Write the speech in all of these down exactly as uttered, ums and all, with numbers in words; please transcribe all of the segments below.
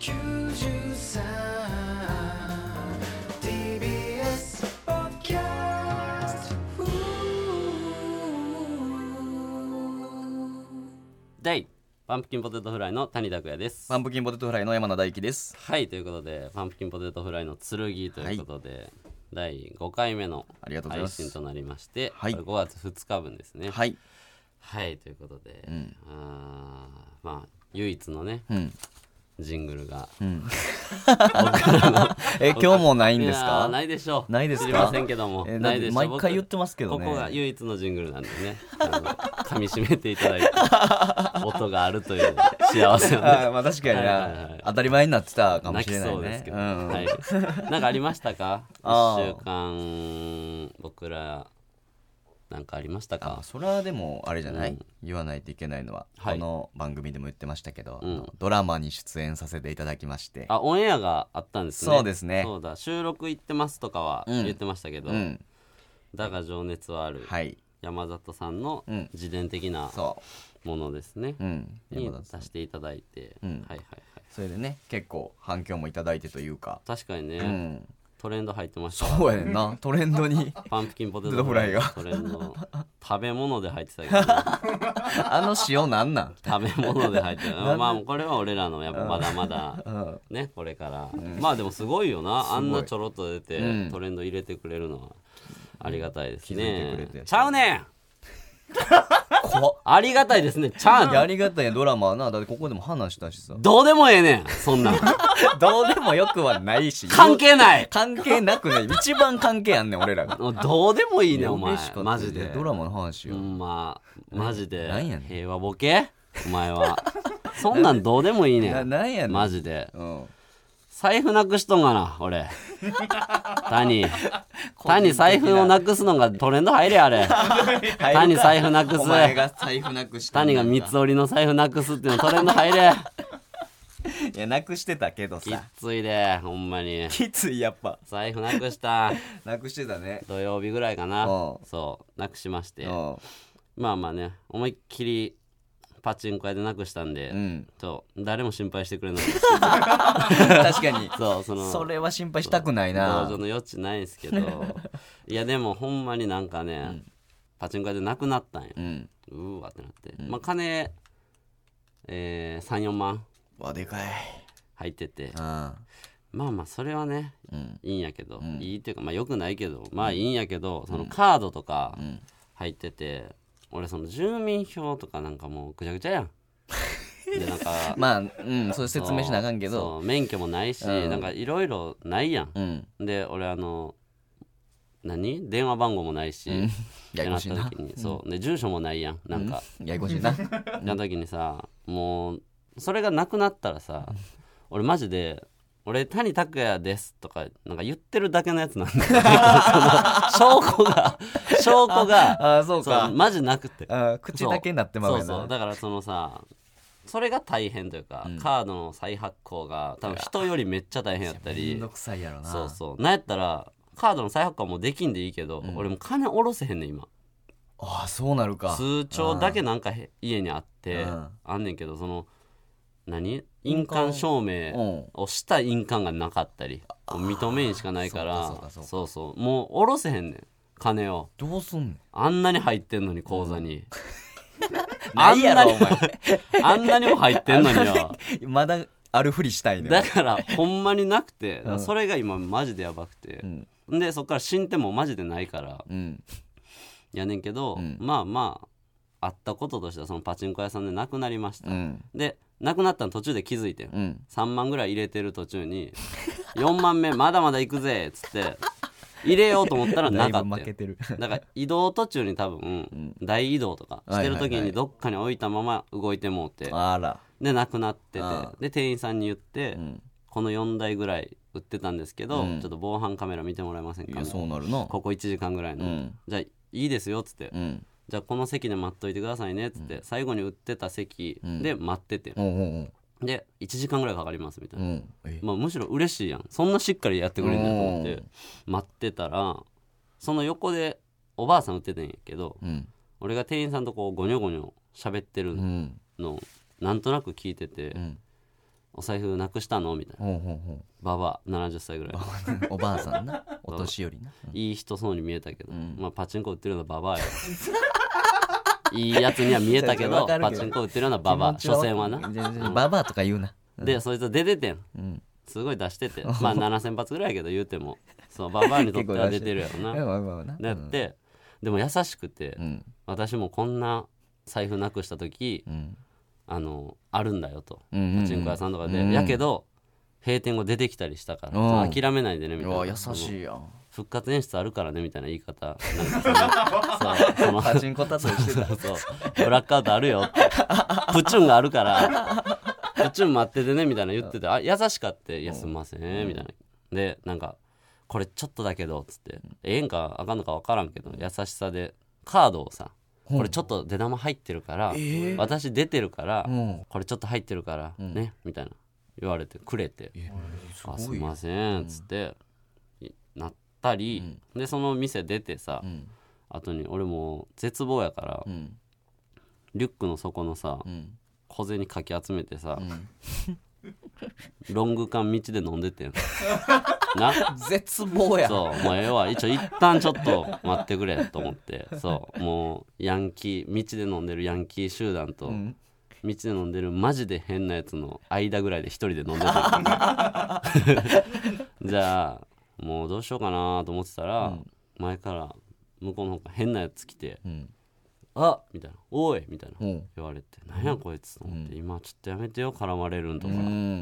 きゅうじゅうさん ティービーエス ポッドキャスト第パンプキンポテトフライの谷拓也です。 パンプキンポテトフライの山名大輝です。 はい、ということでパンプキンポテトフライの剣ということで、はい、だいごかいめの配信となりまして、はい、これごがつふつかぶんですね。はい、はい、ということで、うん、あまあ唯一のね、うん、ジングルが、うん、 え今日もないんですか？ いやないでしょう。 ないですか？ 知りませんけども、 えないでしょう。 毎回言ってますけどね。 ここが唯一のジングルなんでね、あの噛み締めていただいて音があるという幸せをね。 あまあ確かにな、はいはいはい、当たり前になってたかもしれないね。 泣きそうですけど、 うんはい、なんかありましたか？いっしゅうかん僕らなんかありましたか？ あそれはでもあれじゃない、うん、言わないといけないのは、はい、この番組でも言ってましたけど、うん、ドラマに出演させていただきまして。 あオンエアがあったんですね。 そうですね。 そうだ収録行ってますとかは言ってましたけど、うん、だが情熱はある、はい、山里さんの自伝的なものですね、うん、に出していただいて、うん、はいはいはい。 それでね結構反響もいただいてというか。 確かにね、うんトレンド入ってました。 そうやねんなトレンドにパンプキンポテトフライがトレンド食べ物で入ってたけど、ね、 あの塩なんなん食べ物で入ってたまあこれは俺らのやっぱまだまだねこれから、うん、まあでもすごいよなあんなちょろっと出て、うん、トレンド入れてくれるのはありがたいですね。ちゃうねんありがたいですね。ちゃんありがたいドラマはな。だってここでも話したしさ。 どうでもええねんそんなんどうでもよくはないし関係ない関係なくね一番関係あんねん俺らが。 どうでもいいねんお前マジでドラマの話よ。 まあマジで平和ボケお前はそんなんどうでもいいねんなんやねんマジで、うん財布なくしとんがな俺谷谷財布をなくすのがトレンド入れあれ谷財布なくすお前が財布なくした谷が三つ折りの財布なくすっていうのトレンド入れいやなくしてたけどさきついでほんまにきついやっぱ財布なくしたなくしてたね土曜日ぐらいかなそうなくしましてまあまあね思いっきりパチンコ屋でなくしたんで、うん、そう誰も心配してくれないんですけど確かにそうそのそれは心配したくないな同情の余地ないですけどいやでもほんまになんかね、うん、パチンコ屋でなくなったんよ、うん、うーわってなって、うん、まあ金、えー、さんよんまんわでかい入っててまあまあそれはね、うん、いいんやけど、うん、いいっていうかまあよくないけどまあいいんやけど、そのカードとか入ってて俺その住民票とかなんかもうぐちゃぐちゃやんでなんかまあうんそれ説明しなあかんけど免許もないし、うん、なんかいろいろないやん、うん、で俺あの何電話番号もないし、うん、 ややこしいな時にそうで住所もないやんなんか、 うん、ややこしいなな時にさもうそれがなくなったらさ俺マジで俺谷拓也ですとかなんか言ってるだけのやつなんだよその証拠が証拠がああそうかそうマジなくてあ口だけになってまうやなそうそうだからそのさそれが大変というか、うん、カードの再発行が多分人よりめっちゃ大変やったりめんどくさいやろなそうそうなんやったらカードの再発行はもうできんでいいけど、うん、俺も金下ろせへんねん今ああそうなるか通帳だけなんか家にあって、うん、あんねんけどその何印鑑証明をした印鑑がなかったり認めんしかないからそうそうもう下ろせへんねん金をどうすんねんあんなに入ってんのに口座に、 うん、ないやろお前あんなにも入ってんのによまだあるふりしたいねだからほんまになくて、うん、それが今マジでやばくて、うん、でそっから死んでもマジでないから、うん、やねんけど、うん、まあまああったこととしてはそのパチンコ屋さんで亡くなりました、うん、で亡くなったの途中で気づいて、うん、さんまんぐらい入れてる途中によんまんめまだまだ行くぜっつって入れようと思ったらなかったよだから移動途中に多分、うん、大移動とかしてる時にどっかに置いたまま動いてもうて、 あらでなくなっててで店員さんに言って、うん、このよんだいぐらい売ってたんですけど、うん、ちょっと防犯カメラ見てもらえませんか。 いやそうなるなここいちじかんぐらいの、うん、じゃあいいですよっつって、うん、じゃあこの席で待っといてくださいねっつって、うん、最後に売ってた席で待ってて、うん、でいちじかんぐらいかかりますみたいな、うんまあ、むしろ嬉しいやんそんなしっかりやってくれるんだと思って待ってたらその横でおばあさん売ってたんやけど、うん、俺が店員さんとこうゴニョゴニョ喋ってるのをなんとなく聞いてて、うん、 お財布なくしたのみたいな。 ほうほうほうババアななじゅっさいぐらいおばあさんなお年寄りな、うん、 いい人そうに見えたけど、 うん、 まあパチンコ売ってるようなババアよいいやつには見えたけどパチンコ売ってるようなババア所詮はな、 ババアとか言うな、 うん、でそいつ出ててん、うん、すごい出しててまあななせん発ぐらいやけど言うてもそうババアにとっては出てるやろなだって、でも優しくて、うん、私もこんな財布なくした時、うん、あのあるんだよと、うんうんうん、パチンコ屋さんとかで、うんうん、やけど閉店後出てきたりしたから、うん、諦めないでねみたいな。優しいやん。復活演出あるからねみたいな言い方なんかそのそうそのパチンコたとしてたそうブラックアウトあるよってプチュンがあるからプチュン待っててねみたいな言ってて、あ優しかっていやすんません、うん、みたいなでなんかこれちょっとだけどっつってええんかあかんのか分からんけど優しさでカードをさこれちょっと出玉入ってるから、えー、私出てるから、うん、これちょっと入ってるからね、うん、みたいな言われてくれて、えー、あすいませんっつって、うん、なったり、うん、でその店出てさ、うん、後に俺も絶望やから、うん、リュックの底のさ、うん、小銭かき集めてさ、うん、ロング缶道で飲んでてんな絶望やそうもうええわ一応一旦ちょっと待ってくれと思ってそうもうヤンキー道で飲んでるヤンキー集団と、うん道で飲んでるマジで変なやつの間ぐらいで一人で飲んでたじゃあもうどうしようかなと思ってたら、うん、前から向こうの方から変なやつ来て、うん、あみたいなおいみたいな言われて、うん、何やこいつと思って、うん、今ちょっとやめてよ絡まれるんとか、うん、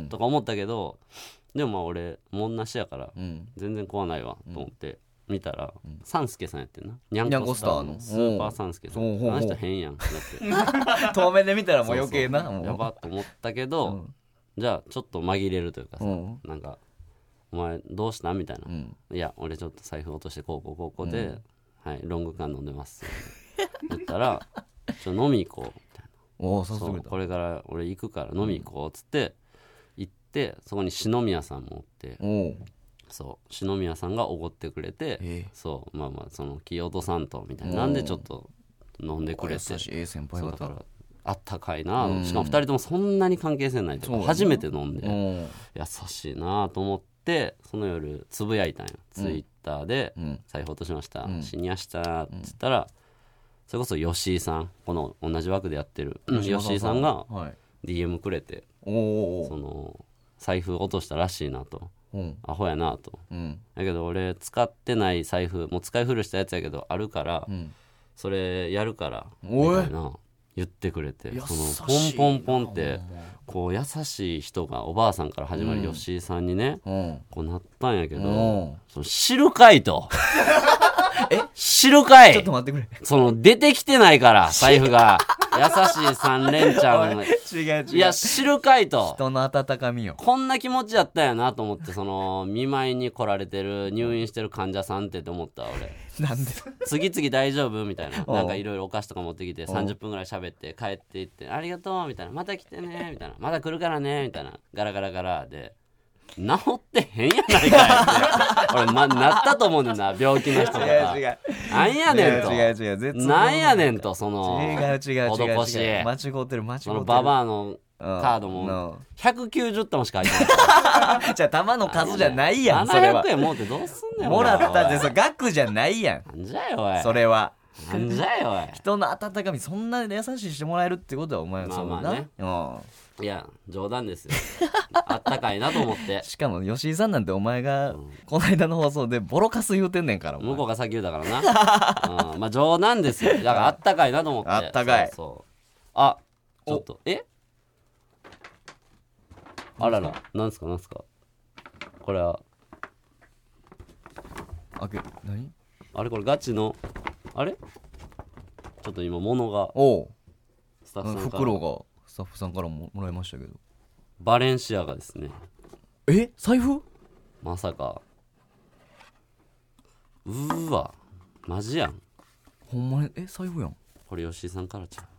とか思ったけどでもまあ俺もんなしやから、うん、全然怖ないわと思って、見たら、うん、サンスケさんやってんなニャンコスターのスーパーサンスケさんあの人変やんってなって遠目で見たらもう余計なそうそうやばっと思ったけど、うん、じゃあちょっと紛れるというかさ、うん、なんかお前どうしたみたいな、うん、いや俺ちょっと財布落としてこうこうこうこうで、うん、はいロング缶飲んでます言ったらちょ飲み行こうみたいなおそうそうこれから俺行くから飲み行こうっつって、行ってそこに篠宮さんもおっておそう篠宮さんがおごってくれて、えー、そうまあまあその気落とさんとみたいななんでちょっと飲んでくれて優しい、ええ先輩方だからあったかいな、うん、しかもふたりともそんなに関係性ないとか初めて飲んで優しいなと思ってその夜つぶやいたんよ、うん、ツイッターで財布落としました、うん、死にやしたって言ったら、うん、それこそ吉井さんこの同じ枠でやってる、うん、吉井さんが ディーエム くれて、はい、その財布落としたらしいなとうん、アホやなと、うん、だけど俺使ってない財布もう使い古したやつやけどあるから、うん、それやるからみたいな言ってくれてそのポンポンポンってこう優しい人がおばあさんから始まり、うん、吉井さんにね、うん、こうなったんやけど、うん、その知るかいとえ知るかいちょっと待ってくれその出てきてないから財布が優しい三連ちゃん違う違ういや知るかいと人の温かみよこんな気持ちやったんやなと思ってその見舞いに来られてる入院してる患者さんってって思った俺なんで次々大丈夫みたいななんかいろいろお菓子とか持ってきてさんじゅっぷんぐらい喋って帰っていってありがとうみたいなまた来てねみたいなまた来るからねみたいなガラガラガラで治ってへんやないかいって俺、ま、なったと思うねんな病気の人とか違う違うなんやねんと違う違う違うなんやねんとその違う違う違う違う施し間違ってる間違ってるそのババアのカードもひゃくきゅうじゅってんしか入ってないじゃあ玉の数じゃないやんそれはななひゃくえんもうってどうすんねんもらったってそれ額じゃないやんなんじゃよおいそれはなんじゃよおい人の温かみそんな優しいしてもらえるってことはお前はまあまあねいや冗談ですよあったかいなと思ってしかも吉井さんなんてお前が、うん、この間の放送でボロカス言うてんねんから向こうが先言うだからな、うん、まあ冗談ですよだからあったかいなと思ってあったかいそうそうあちょっとえあららなんすかなんすかこれはあけ何あれこれガチのあれちょっと今物がおスタッフさんから袋がスタッフさんからももらいましたけどバレンシアガですねえ財布まさかうーわマジやんほんまにえ財布やんこれ吉井さんからちゃ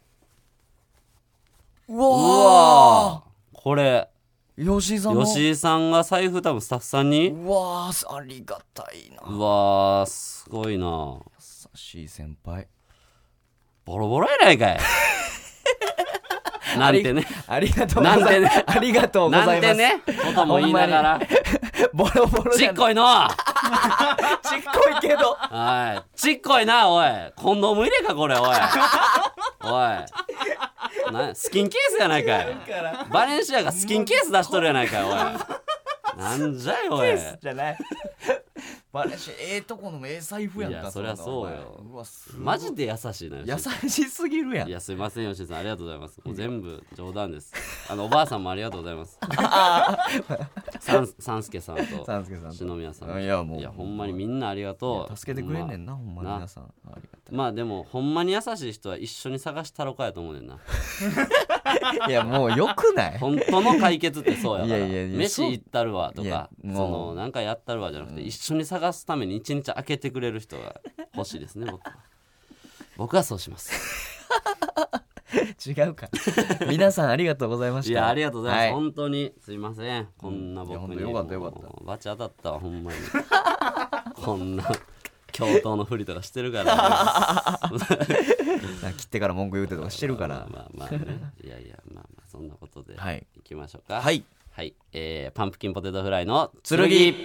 ううわーうわこれ吉井さんの吉井さんが財布多分スタッフさんにうわーありがたいなうわーすごいな優しい先輩ボロボロやないかいなんてねありがとうございます。 なんてねありがとうございます。 なんてねことも言いながらボロボロちっこいのちっこいけどおいちっこいなおいコンドーム入れかこれおいおいなスキンケースやないかいバレンシアがスキンケース出しとるやないかいおいなんじゃいおいじゃないバレンシアええとこのええ財布やんか。 いやそりゃそうよ。 うわすごいマジで優しいなよ優しすぎるやん。 いやすいません吉井さんありがとうございます。もう全部冗談です。あのおばあさんもありがとうございますさんさんすけさんとさんすけさんと篠宮さん。 いやもういやほんまにみんなありがとう。 助けてくれんねんな、 まあ、 ほんまに皆さんありがたい。 まあでもほんまに優しい人は一緒に探したろかやと思うねんな。 いやもうよくない本当の解決ってそうやから。 いやいやいや飯行ったるわとかいやそもうのなんかやったるわじゃなくて、一緒に探すために一日開けてくれる人が欲しいですね僕は。僕はそうします違うか皆さんありがとうございました。 いやありがとうございます、 はい、 本当にすいませんこんな僕に、 うん、よかったよかったバチ当たったわほんまにこんな教頭のふりとかしてるから切ってから文句言うてとかしてるからまあまあまあねいやいやまあまあそんなことでいきましょうか。 はいはい、えー、パンプキンポテトフライの剣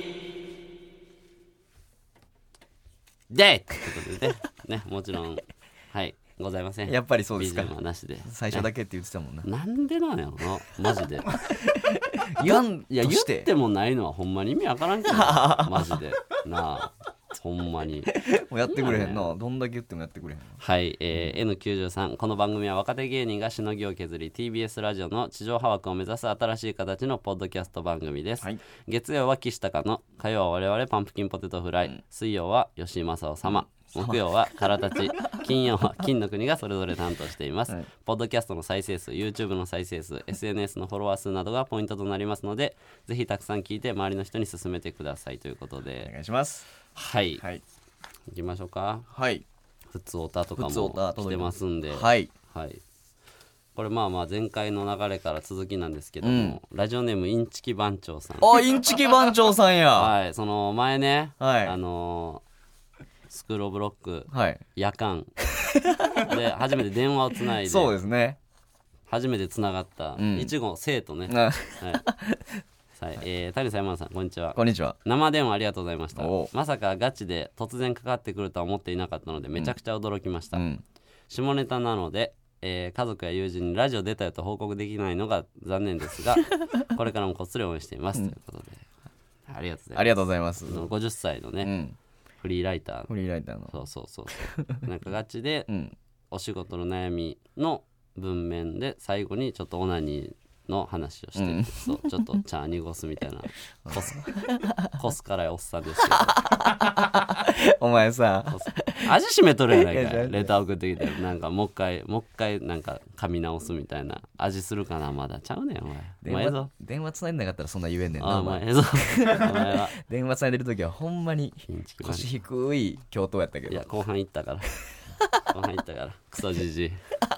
でということでねねもちろんはいございません。 やっぱりそうですか。 ビージーエム はなしで最初だけって言ってたもんな、 ね、なんでなんやろなマジで言わんいや言としてってもないのはほんまに意味わからんけどマジでなあほんまにもうやってくれへんな、どんだけ言ってもやってくれへんな。 はい、えー、エヌきゅうじゅうさん この番組は若手芸人がしのぎを削り ティービーエス ラジオの地上波枠を目指す新しい形のポッドキャスト番組です、はい、月曜は岸高の、火曜は我々パンプキンポテトフライ、うん、水曜は吉井正夫様、木曜はからたち金曜は金の国がそれぞれ担当しています、はい、ポッドキャストの再生数 YouTube の再生数 エスエヌエス のフォロワー数などがポイントとなりますのでぜひたくさん聞いて周りの人に勧めてくださいということでお願いします。 はい、 はい、 行きましょうか。 はいふつおたとかも来てますんで、 はい、はい、 これまあまあ前回の流れから続きなんですけども、うん、ラジオネームインチキ番長さん。 あインチキ番長さんやはいその前ね、はい、あのー、スクールオブロック、はい、夜間で初めて電話をつないでそうですね初めてつながったいち号生徒ね、うん、はいはいえー、谷さん山田さんこんにちは。 こんにちは。 生電話ありがとうございました。まさかガチで突然かかってくるとは思っていなかったのでめちゃくちゃ驚きました、うん、下ネタなので、えー、家族や友人にラジオ出たよと報告できないのが残念ですがこれからもこっそり応援しています、うん、ということでありがとうございます。 ありがとうございます。 ごじゅっさいのね、うん、フリーライターフリーライターのそうそうそうそうなんかガチで、うん、お仕事の悩みの文面で最後にちょっとオナニーの話をして、うん、そうちょっと茶濁すみたいなコスコス辛いおっさんですけどお前さ味しめとるやないかいレター送ってきてなんかもう一回もう一回なんか噛み直すみたいな味するかなまだちゃうねんお前電話、お前電話つないでなかったらそんな言えんねんなあお前えぞお前は電話つないでる時はほんまに腰低い教頭やったけどいや後半行ったから後半行ったからクソじじい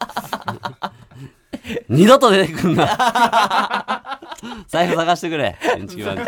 二度と出てくんな財布探してくれインチキ番長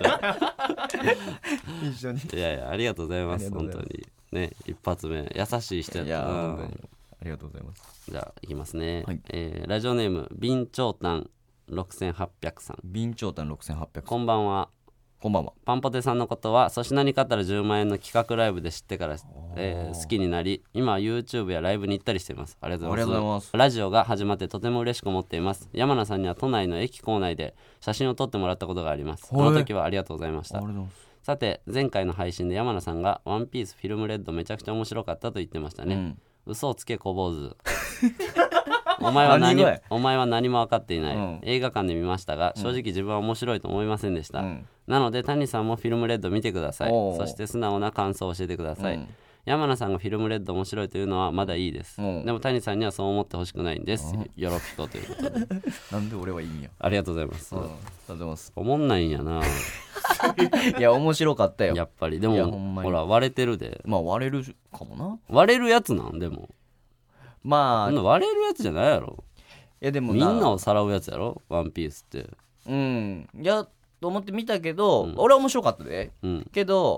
一緒にいやいやありがとうございます本当にね一発目優しい人やった。いや本当にありがとうございます。 じゃあいきますね、はいえー、ラジオネームビンチョウタンろくせんはっぴゃくさんビンチョウタンろくせんはっぴゃくこんばんは。 こんばんは。 パンポテさんのことは粗品に勝ったらじゅうまんえんの企画ライブで知ってから、えー、好きになり今は YouTube やライブに行ったりしています。ありがとうございます。ラジオが始まってとても嬉しく思っています。山名さんには都内の駅構内で写真を撮ってもらったことがあります。この時はありがとうございました。さて前回の配信で山名さんがワンピースフィルムレッドめちゃくちゃ面白かったと言ってましたね、うん、嘘をつけ小坊主お前は 何, お前は何も分かっていない、うん、映画館で見ましたが正直自分は面白いと思いませんでした、うん、なので谷さんもフィルムレッド見てください。そして素直な感想を教えてください、うん、山名さんがフィルムレッド面白いというのはまだいいです、うん、でも谷さんにはそう思ってほしくないんです、うん、よろぴこということでなんで俺はいいんや。 ありがとうございます、うん、ありがとうございます。 おもんないんやないや面白かったよやっぱりでもほ, ほら割れてるで。 まあ割れるかもな。 割れるやつなんでもまあ割れるやつじゃないやろ。 いやでもみんなをさらうやつやろワンピースって。 うんいやと思って見たけど、うん、俺は面白かったで、うん、けど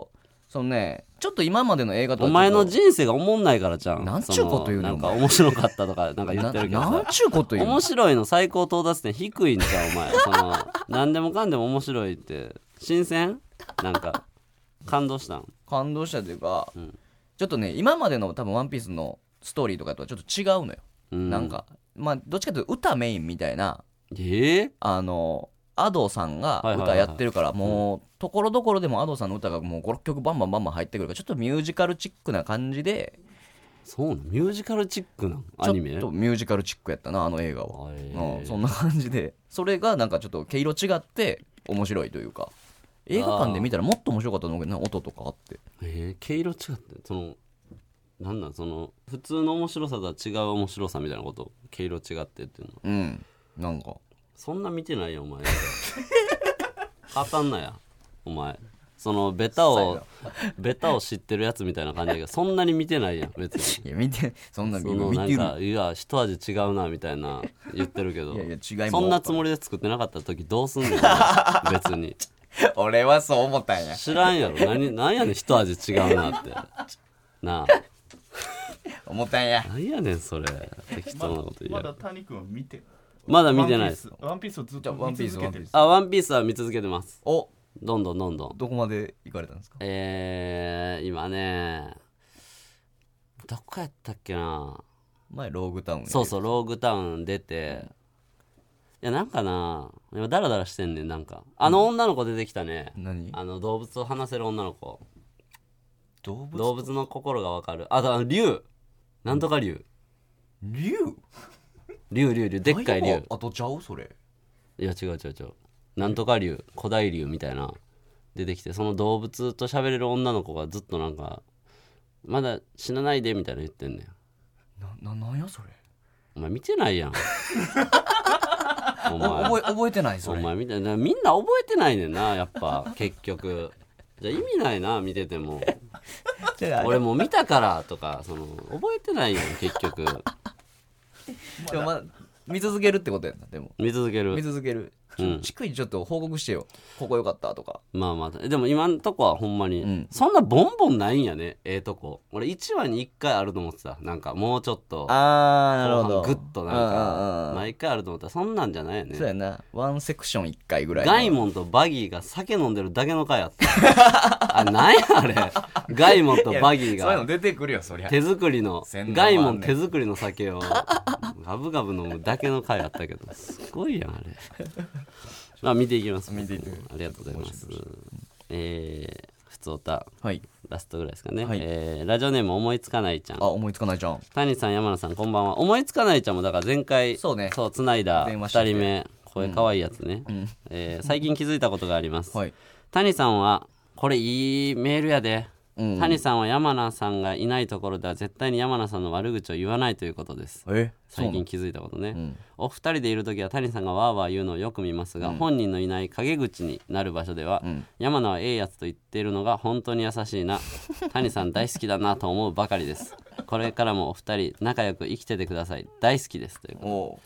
そのねちょっと今までの映画とはお前の人生がおもんないからじゃん。 なんちゅうこと言うねんなんか面白かったとかなんか言ってるけどさなんちゅうこと言うの面白いの最高到達点低いんじゃんお前その何でもかんでも面白いって新鮮なんか感動したん感動したというか、 うん、 ちょっとね今までの多分ワンピースのストーリーとかとはちょっと違うのよ、うん、なんかまあどっちかというと歌メインみたいなえー、 あのアドさんが歌やってるから、もうところどころでもアドさんの歌がもうごろっきょくバンバンバンバン入ってくるからちょっとミュージカルチックな感じで。 そうなのミュージカルチックなアニメ。 ちょっとミュージカルチックやったなあの映画は、うん、そんな感じでそれがなんかちょっと毛色違って面白いというか映画館で見たらもっと面白かったと思うけどな音とかあってえー、毛色違ってそのなんなんその普通の面白さとは違う面白さみたいなこと毛色違ってっていうのうんなんかそんな見てないよお前語んなやお前そのベタをベタを知ってるやつみたいな感じだけどそんなに見てないやん別に。 いや見てそんなそのなんかいや一味違うなみたいな言ってるけどいやいや違いもそんなつもりで作ってなかった時どうすんねん別に俺はそう思ったんや知らんやろ何何やねん一味違うなってなあ思ったんや何やねんそれ適当なこと言うまだ谷君は見てまだ見てないですワンピースをずっと見続けてる。 あワンピースは見続けてます。 おどんどんどんどんどこまで行かれたんですか。 えー、今ねどこやったっけな前ローグタウンそうそうローグタウン出ていやなんかな今ダラダラしてんねんなんかあの女の子出てきたね、 うん、何あの動物を話せる女の子動物動物の心がわかるあとあの竜なんとか竜竜竜竜竜でっかい竜あとちゃうそれいや違う違う違うなんとか竜古代竜みたいな出てきてその動物と喋れる女の子がずっとなんかまだ死なないでみたいな言ってんねんな、な、なんやそれお前見てないやんお前覚え、覚えてないそれお前見てみんな覚えてないねんなやっぱ結局じゃあ意味ないな見てても俺もう見たからとかその覚えてないよ結局でも、ま、見続けるってことやんなでも見続ける見続けるちょ、うん、ちくいちょっと報告してよここよかったとかまあまあでも今んとこはほんまに、 うん、 そんなボンボンないんやねええとこ俺いちわにいっかいあると思ってたなんかもうちょっとあーなるほどグッとなんか毎回あると思ったらそんなんじゃないよねそうやなワンセクションいっかいぐらいガイモンとバギーが酒飲んでるだけの回あったあなんやあれガイモンとバギーがそういうの出てくるよそりゃ手作りのガイモン手作りの酒をガブガブ飲むだけの回あったけどすごいやんあれまあ見ていきます見ていくありがとうございますえー、ふつおた、 はい、 ラストぐらいですかね、 はいえー、ラジオネーム思いつかないちゃんあ思いつかないちゃん谷さん山名さんこんばんは思いつかないちゃんもだから前回そうねそうつないだふたりめ声かわいいやつね、 うんえー、最近気づいたことがあります、 はい、 谷さんはこれいいメールやでうんうん、 谷さんは山名さんがいないところでは絶対に山名さんの悪口を言わないということです。 え最近気づいたことね、うん、お二人でいる時は谷さんがワーワー言うのをよく見ますが、うん、本人のいない陰口になる場所では、うん、山名はええやつと言っているのが本当に優しいな谷さん大好きだなと思うばかりです。これからもお二人仲良く生きててください。大好きですということ。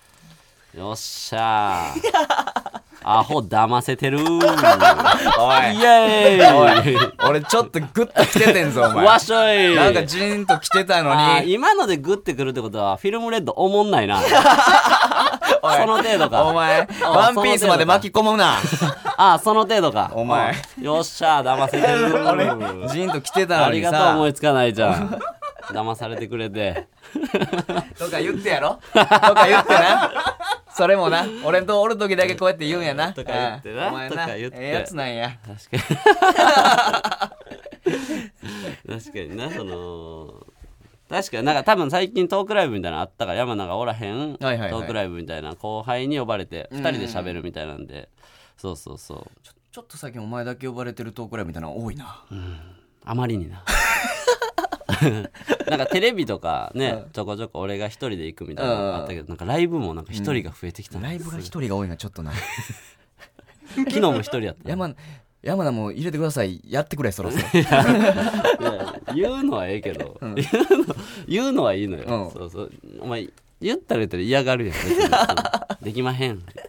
よっしゃーアホ騙せてるーおいイエーイ俺ちょっとグッと来ててんぞお前わしょいなんかジーンと来てたのに今のでグッてくるってことはフィルムレッドおもんないなその程度かお前ワンピースまで巻き込むなあその程度かお前よっしゃ騙せてる俺ジーンと来てたのにさありがとう思いつかないじゃん騙されてくれてとか言ってやろとか言ってなそれもな俺とおる時だけこうやって言うんやなとか言ってなお前なとか言ってええやつなんや確かに確かになその確かになんか多分最近トークライブみたいなのあったから山名がおらへん、 はいはいはい、 トークライブみたいな後輩に呼ばれてふたりで喋るみたいなんでそうそうそうちょ、ちょっと最近お前だけ呼ばれてるトークライブみたいなの多いな、 うん、あまりにななんかテレビとかね、うん、ちょこちょこ俺が一人で行くみたいなのあったけど、うん、なんかライブもなんか一人が増えてきた、 うん、ライブが一人が多いなちょっとな昨日も一人やった山山田も入れてくださいやってくれそろそろいや言うのはええけど、うん、言うの言うのはいいのよ、うん、そうそうお前言ったら言ったら嫌がるやん別にできまへんで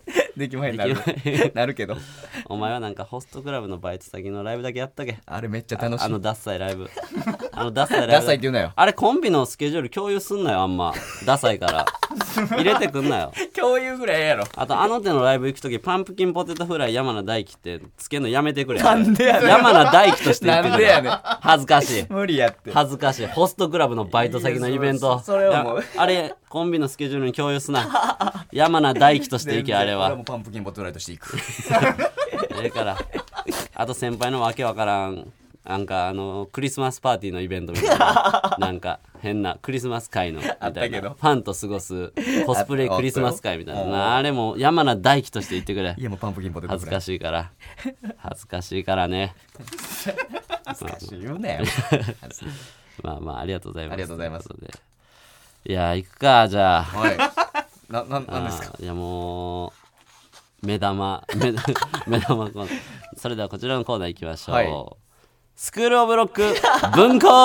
できまへんなるなるけどお前はなんかホストクラブのバイト先のライブだけやったけ。 あれめっちゃ楽しい。 あのダッサいライブあのダッサいライブダサいって言うなよ。 あれコンビのスケジュール共有すんなよ。あんまダサいから入れてくんなよ。 共有ぐらいやろ。 あとあの手のライブ行くときパンプキンポテトフライ山名大輝ってつけんのやめてくれ。 なんでやねん。 山名大輝として言ってくれ。 なんでやねん。 恥ずかしい無理やって恥ずかしい。ホストクラブのバイト先のイベント、 いやそそれはもうやあれコンビのスケジュールに共有すな。山名大輝としていけ。あれは俺もパンプキンポテトライとしていくええからあと先輩のわけわからんなんかあのクリスマスパーティーのイベントみたいななんか変なクリスマス会のみたあったいなけどファンと過ごすコスプレクリスマス会みたいあなあれも山名大輝として言ってくれ。 いやもうパンプキンポテト恥ずかいしいから恥ずかしいからね恥ずかしい言うなよまあまあありがとうございます。 ありがとうございますということでいや行くかじゃあ。 はいな、な、なんですか。 あーいやもう目玉目目玉コーナー。それではこちらのコーナー行きましょう、 はいスクールオブロック文庫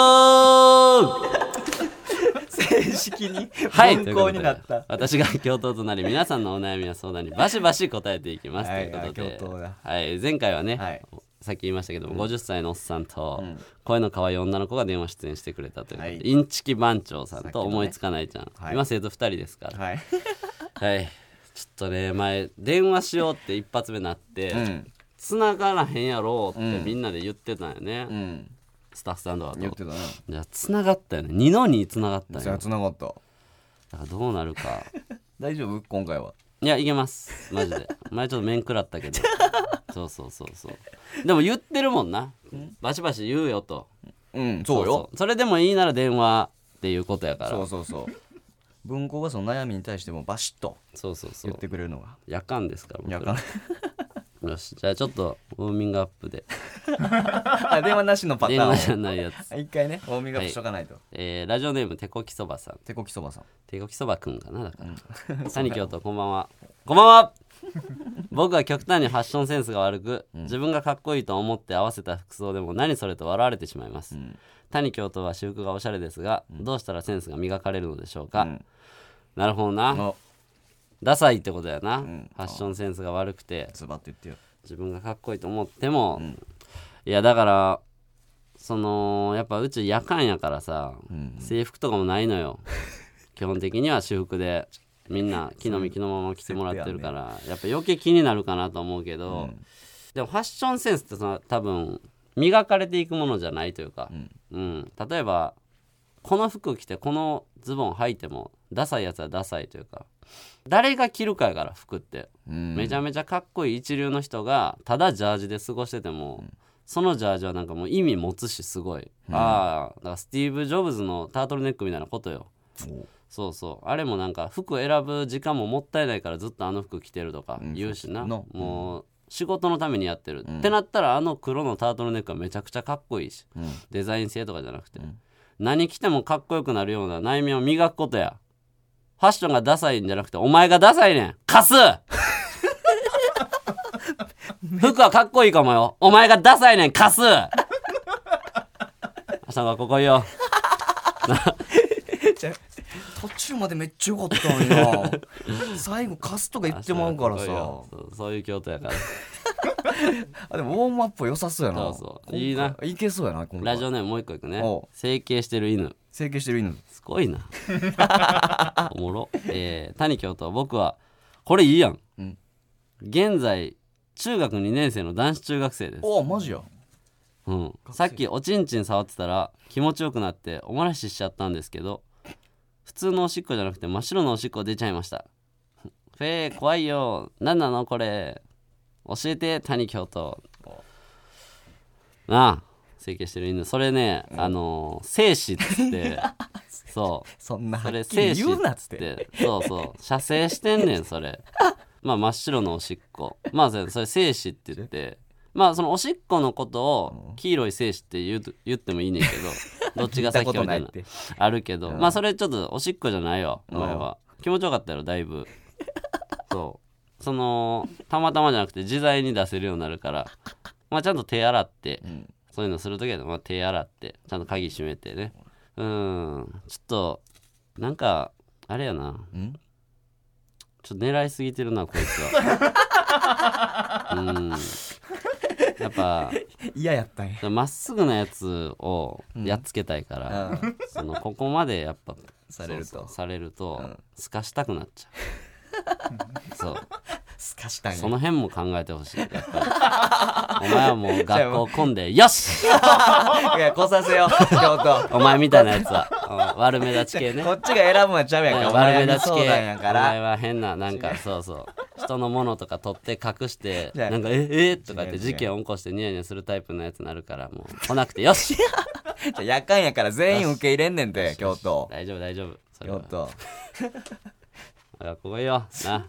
正式にはい文校になった、 ということで私が教頭となり皆さんのお悩みや相談にバシバシ答えていきますとはいいうことで、 あ教頭だはい、前回はね、 はいさっき言いましたけども、ごじゅっさいのおっさんと、 ん声の可愛い女の子が電話出演してくれたということで、 はいインチキ番長さんさっきのねと思いつかないちゃん、 はい今生徒ふたりですから、 はいはい、ちょっとね前電話しようって一発目なって、 うん繋がらへんやろうってうんみんなで言ってたんよね、 うんスタッフさんとかと。 言ってたなじゃあ繋がったよね。二のに繋がったんじゃあよ。 繋がっただからどうなるか。 大丈夫今回はいやいけますマジで。前ちょっと面食らったけどそうそうそうそうでも言ってるもんな、バシバシ言うよと。 うんそうよそうそれでもいいなら電話っていうことやから。 そうそうそう文庫がその悩みに対してもバシッとそうそうそう言ってくれるのが夜間ですから僕らやかんよしじゃあちょっとウォーミングアップであ電話なしのパタ電話じーンゃないやつ、 を一回ねウォーミングアップしとかないと、 えーラジオネームてこきそばさん。 手こきそばさん手こきそばくんかなだから、谷京都こんばんは。こんばんは僕は極端にファッションセンスが悪く、自分がかっこいいと思って合わせた服装でも何それと笑われてしまいます、谷京都は私服がおしゃれですが、どうしたらセンスが磨かれるのでしょうか、 んなるほどな、 のダサいってことやな、 んファッションセンスが悪くてズバッと言ってよ自分がかっこいいと思っても、いやだからそのやっぱうち夜間やからさ、制服とかもないのよ基本的には私服でみんな木の実木のまま着てもらってるから、やっぱ余計気になるかなと思うけど、でもファッションセンスってさ多分磨かれていくものじゃないというか、うん例えばこの服着てこのズボン履いてもダサいやつはダサいというか、誰が着るかやから服って、 うんめちゃめちゃかっこいい一流の人がただジャージで過ごしてても、そのジャージはなんかもう意味持つしすごい、ああだからスティーブ・ジョブズのタートルネックみたいなことよ。そうそうあれもなんか服選ぶ時間ももったいないからずっとあの服着てるとか言うしな、 うんそうそうもう仕事のためにやってる、ってなったらあの黒のタートルネックはめちゃくちゃかっこいいし、デザイン性とかじゃなくて、何着てもかっこよくなるような内面を磨くことや。ファッションがダサいんじゃなくてお前がダサいねんカス服はかっこいいかもよ、お前がダサいねんカス明日がここいよ途中までめっちゃよかったのにな最後カスとか言ってまうからさそうそういう京都やからあでもウォームアップ良さそうやなそうそういいな、 いけそうやな今回ラジオネームもう一個いくねおう。 整形してる犬整形してる犬すごいなおもろ、えー、谷京都僕はこれいいやん、 うん現在中学にねん生の男子中学生です、 おマジやうん、さっきおちんちん触ってたら気持ちよくなっておもらししちゃったんですけど、普通のおしっこじゃなくて真っ白のおしっこ出ちゃいました。フェー怖いよ、なんなのこれ、教えて谷京都なあ。整形してる犬それね、うん、あの精子っつってそうそんなはそれっきり精子言うなっつっっててそうそう射精してんねんそれまあ真っ白のおしっこ、まあそれ精子って言って、まあそのおしっこのことを黄色い精子って言う言ってもいいねんけどどっちが先かみたいなあるけど、まあそれちょっとおしっこじゃないよお前は。気持ちよかったよだいぶ。そうそのたまたまじゃなくて自在に出せるようになるから、まあちゃんと手洗って、うん、そういうのするときは、まあ、手洗ってちゃんと鍵閉めてね。うんちょっとなんかあれやな、ちょっちょっと狙いすぎてるなこいつはうんやっぱ嫌やったんやまっすぐなやつをやっつけたいから、うん、そのここまでやっぱされるとそうそうされると、うん、すかしたくなっちゃうそうすかしたんやその辺も考えてほしいやっぱりお前はもう学校混んでよしいや来させよ京都お前みたいなやつは悪目立ち系ねこっちが選ぶのはちゃうやんか悪目立ち系やからお前は変ななんかそうそう人のものとか取って隠してなんかええとかって事件を起こしてニヤニヤするタイプのやつになるからもう来なくてよしやかんやから全員受け入れんねんて京都大丈夫大丈夫京都あここいいよな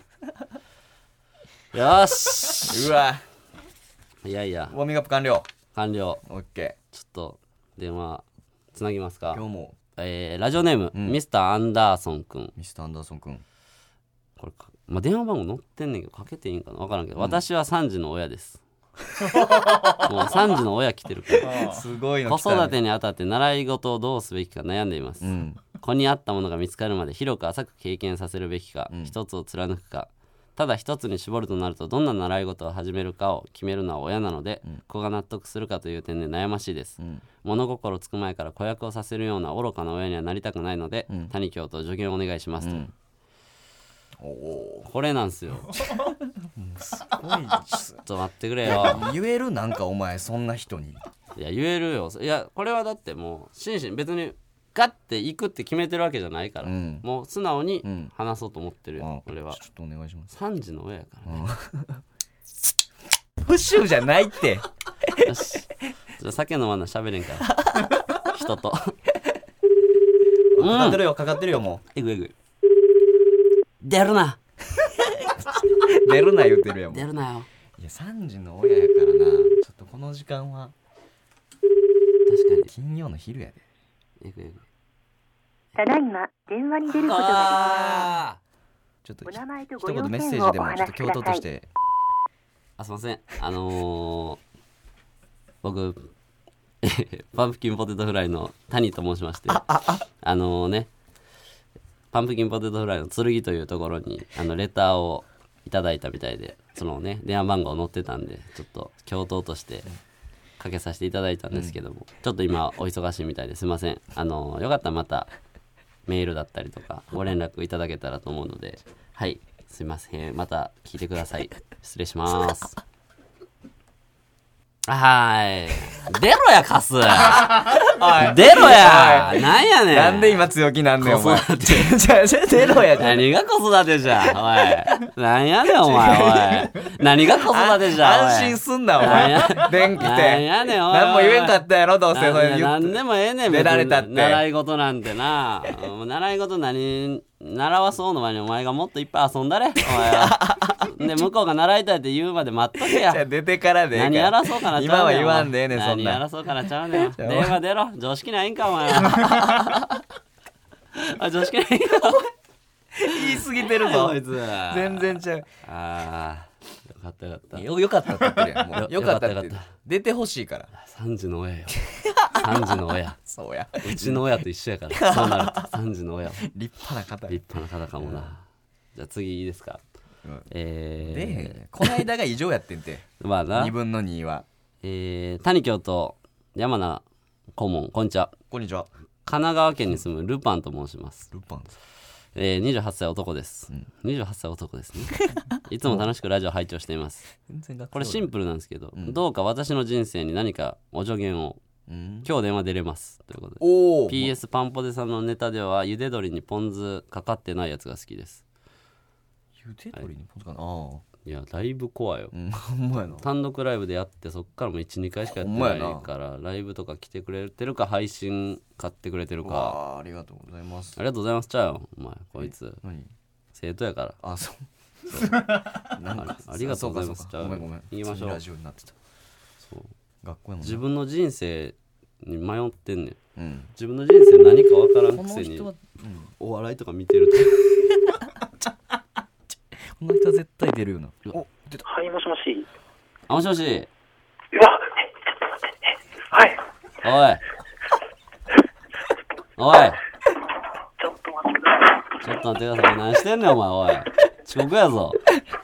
よしうわいやいやウォーミングアップ完了完了オッケーちょっと電話つなぎますか今日も、 えー、ラジオネーム、うん、ミスターアンダーソンくんミスターアンダーソンくんこれか、まあ、電話番号載ってんねんけどかけていいんかな分からんけど、うん、私はさんじの親ですもうさんじの親来てるからすごいの子育てにあたって習い事をどうすべきか悩んでいます、うん、子に合ったものが見つかるまで広く浅く経験させるべきか、うん、一つを貫くかただ一つに絞るとなるとどんな習い事を始めるかを決めるのは親なので、うん、子が納得するかという点で悩ましいです、うん、物心つく前から子役をさせるような愚かな親にはなりたくないので、うん、谷京と助言をお願いしますと、うん、おこれなんすよすごいちょっと待ってくれよ言えるなんかお前そんな人にいや言えるよいやこれはだってもう心身別にガッて行くって決めてるわけじゃないから、うん、もう素直に話そうと思ってるよ、うん、俺はちょっとお願いしますさんじの親やからね、 うん、プッシュじゃないってよしじゃあ酒飲まんな喋れんから人とかかってるよかかってるよもうえぐえぐ出るな出るな言ってるよもう出るなよいやさんじの親やからなちょっとこの時間は確かに金曜の昼やでえぐえぐただいま電話に出ることができます。ちょっと一言メッセージでもちょっと京都としてあすいませんあのー、僕パンプキンポテトフライの谷と申しましてあ, あ, あ, あのねパンプキンポテトフライの剣というところにあのレターをいただいたみたいでそのね電話番号載ってたんでちょっと教頭としてかけさせていただいたんですけども、うん、ちょっと今お忙しいみたいですいませんあのよかったらまたメールだったりとかご連絡いただけたらと思うのではいすいませんまた聞いてください失礼しますはい出ろやカス出ろやなんやねんなんで今強気なんねんお前出ろや何が子育てじゃおいなんやねんお前おい何が子育てじゃ安心すんなお前電気てなんやねんおい何も言えんかったやろどうせそれ何でもええねん出られたって習い事なんてな習い事何習わそうの前にお前がもっといっぱい遊んだれお前はで向こうが習いたいって言うまで待っとけやじゃあ出てからで何やらそうかなちゃうねん今は言わんでええねんそんな何やらそうかなちゃうねん電話出ろ常識ないんかお前はあ常識ないんか言い過ぎてるぞこいつ全然ちゃうあーよかったよかったよ, よかったって言ってるやんもうよかったって言って出てほしいからさんじの親よさんじの親そうやうちの親と一緒やからそうなるとさんじの親立派な方立派な方かもな、うん、じゃあ次いいですか、うん、えー、でこの間が異常やってんてまあなにぶんのにはえー、谷京と山名顧問こんにちはこんにちは神奈川県に住むルパンと申しますルパンえー、にじゅうはっさい男です、うん、にじゅうはっさい男ですねいつも楽しくラジオ拝聴していますこれシンプルなんですけど、うん、どうか私の人生に何かお助言を、うん、今日電話出れますということでお ピーエス パンポテさんのネタでは茹で鶏にポン酢かかってないやつが好きです茹で鶏にポン酢かな、はい、あいやライブコアよ、 うん、ほんまやな単独ライブでやってそっからも いち,に 回しかやってないからライブとか来てくれてるか配信買ってくれてるかありがとうございますありがとうございますちゃうよお前こいつ何生徒やからあそうそうなんかありがとうございますちゃうごめんごめん言いましょうラジオになってたそう学校やもん自分の人生に迷ってんねん、うん、自分の人生何か分からんくせに、うん、お笑いとか見てるとこの人は絶対出るよな。 お、出た。はい、もしもし。 あ、もしもし。 うわ、はい。 おい。おい。 ちょっと待ってください。 ちょっと待ってください。何してんねんお前。おい。 遅刻やぞ。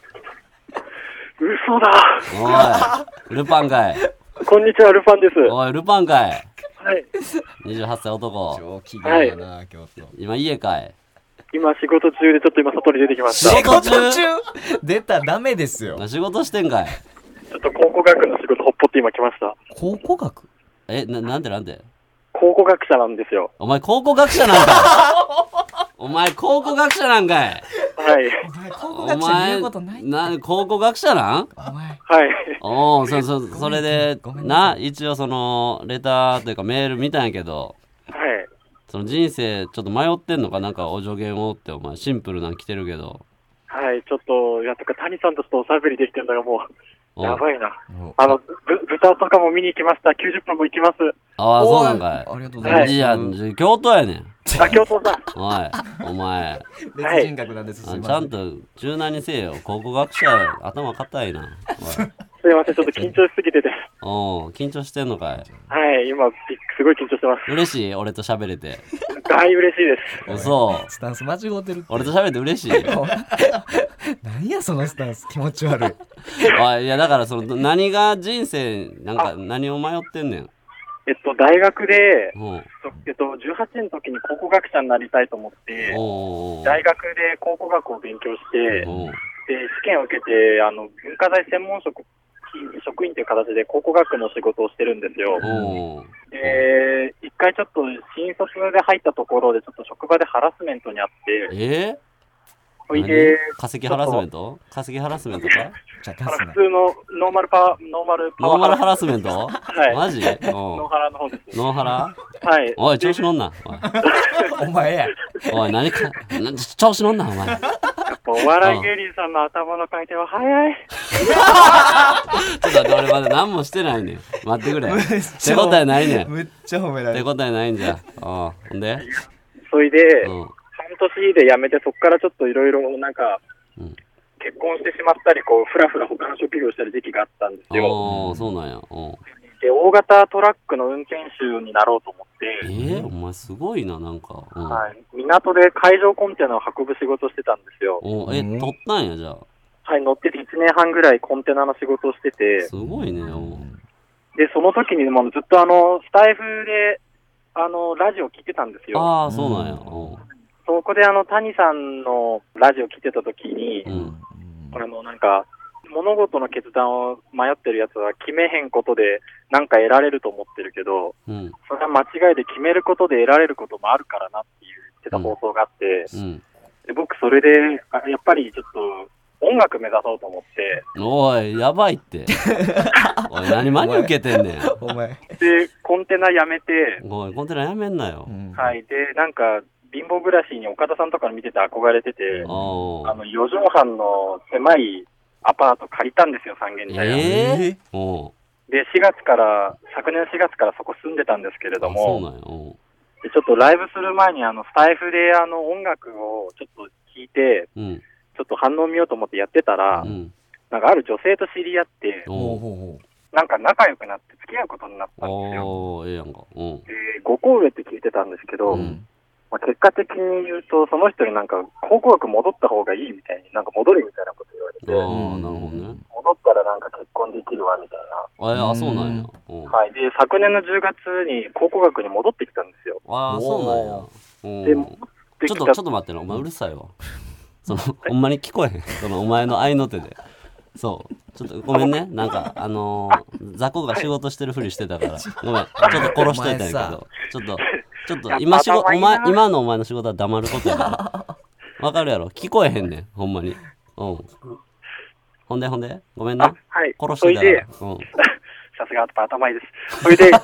嘘だ。 おいルパンかい。 こんにちは、ルパンです。 おいルパンかい。 はい。 にじゅうはっさい男。 上機嫌やな、今日と。 今家かい。 今仕事中でちょっと今外に出てきました。 仕事中出たらダメですよ。 仕事してんかい。 ちょっと考古学の仕事ほっぽって今来ました。 考古学？ え、な、なんでなんで考古学者なんですよ。 お前考古学者なんかい。お前考古学者なんかい。 はい。 お前考古学者に言うことない。 な、考古学者なんお前。 はい。 おお、そ、そ、それでごめんなな、一応そのレターというかメール見たんやけど、 はい。 その人生ちょっと迷ってんのか、なんかお助言をって。お前シンプルなん来てるけど。 はい、ちょっと、やっとか谷さんとちょっとおしゃべりできてるのがもう、 おやばいな。あの、ぶ、豚とかも見に行きました。きゅうじゅっぷんも行きます。 ああ、そうなんかい。 ありがとうございます。 いや、京都やねん。 あ、京都さん。 おい、お前、 別人格なんです。すいません。 ちゃんと柔軟にせえよ。考古学者、頭固いな。おい。 すいません、ちょっと緊張しすぎてて。 おう、緊張してんのかい。 はい、今、びすごい緊張してます。 嬉しい俺と喋れて。 はい、嬉しいです。 嘘。 スタンス間違ってるって。 俺と喋れて嬉しい。 何やそのスタンス、気持ち悪い。 おい、いやだからその何が人生なんか何を迷ってんねん。 えっと、大学で、 おうそえっと、じゅうはちの時に考古学者になりたいと思って、 おうおう大学で考古学を勉強して、 おうで、試験を受けて、あの、文化財専門職、職員という形で考古学の仕事をしてるんですよ。 おうで、一回ちょっと新卒で入ったところで、ちょっと職場でハラスメントにあって、 えそれで、 化石ハラスメント化石ハラスメントかじゃああの出すな普通のノーマルパワー、ノーマルパワーノーマルハラスメントはいマジノおーハラの方です。 うノーハラはい。 おい調子乗んなお前や。 おいおい何かな調子乗んなお前お笑い芸人さんの頭の回転は速い。 ちょっと待って俺まだ何もしてないねん待ってくれ手応えないねんむっちゃ褒められる。 手応えないんじゃあほんでそれで、 うん半年で辞めて、そこからちょっといろいろなんか、 うん結婚してしまったり、こう、ふらふら他の職業をしたり時期があったんですよ。 ああそうなんやうんで、大型トラックの運転手になろうと思って、 えー、お前すごいななんかうんはい、港で海上コンテナを運ぶ仕事をしてたんですよ。 おえ取ったんやじゃあはい、乗ってていちねんはんぐらいコンテナの仕事をしてて、 すごいねおで、その時にもうずっとあの、スタイフで、あの、ラジオ聞いてたんですよ。 ああそうなんやおそこであの、谷さんのラジオ聞いてた時に、 うんあの、なんか、物事の決断を迷ってるやつは決めへんことでなんか得られると思ってるけど、 うんそれは間違いで決めることで得られることもあるからなっていう言ってた放送があって、 うんで僕それで、あやっぱりちょっと音楽目指そうと思って、 おいやばいっておい何真に受けてんねんお前。 で、コンテナやめて、 おいコンテナやめんなよはい、で、なんか、貧乏暮らしに岡田さんとかの見てて憧れてて、 おあの、よじょうはんの狭いアパート借りたんですよ、三軒茶屋。 ええおで、しがつから、昨年しがつからそこ住んでたんですけれども、 そうなんやおでちょっとライブする前に、あの、スタイフで、あの、音楽をちょっと聞いて、 うんちょっと反応見ようと思ってやってたら、 うんなんかある女性と知り合って、 おほなんか仲良くなって付き合うことになったんですよ。 おーええやんかうんで、ごこ上って聞いてたんですけど、 うんまあ、結果的に言うと、その人になんか、考古学戻った方がいいみたいに、なんか戻れみたいなこと言われて、 ああなるほどね戻ったらなんか結婚できるわみたいあえあそうなんやうんな。はい。で、昨年のじゅうがつに考古学に戻ってきたんですよ。 ああそうなんやで、 うん戻ってきたちょっとちょっと待ってなお前うるさいわそのほんまに聞こえへんそのお前の合いの手でそうちょっとごめんねなんかあのー、雑魚が仕事してるふりしてたからごめんちょっと殺しといたんやけどちょっとちょっと今仕事お前今のお前の仕事は黙ることやからわかるやろ聞こえへんねんほんまにうんほんでほんでごめんなあはい。 殺しといたからうんさすが頭いいです。それで、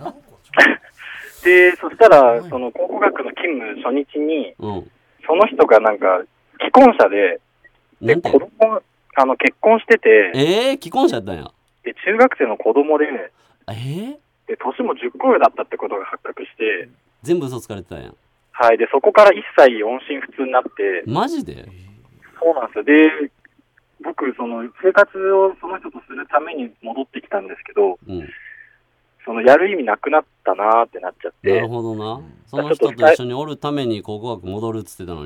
で、そしたら、その考古学の勤務初日に、 うんその人がなんか、既婚者で、で、 なんて子供、あの、結婚してて、 えー、既婚者やったんやで、中学生の子供で、 えー、 で、年もじゅっこ上だったってことが発覚して、 全部嘘つかれてたんやはい。で、そこから一切音信不通になって、 マジでそうなんですよ。で、僕、その、生活をその人とするために戻ってきたんですけど、 うんその、やる意味なくなったなーってなっちゃって、 なるほどなその人と一緒におるために考古学戻るっつってたのに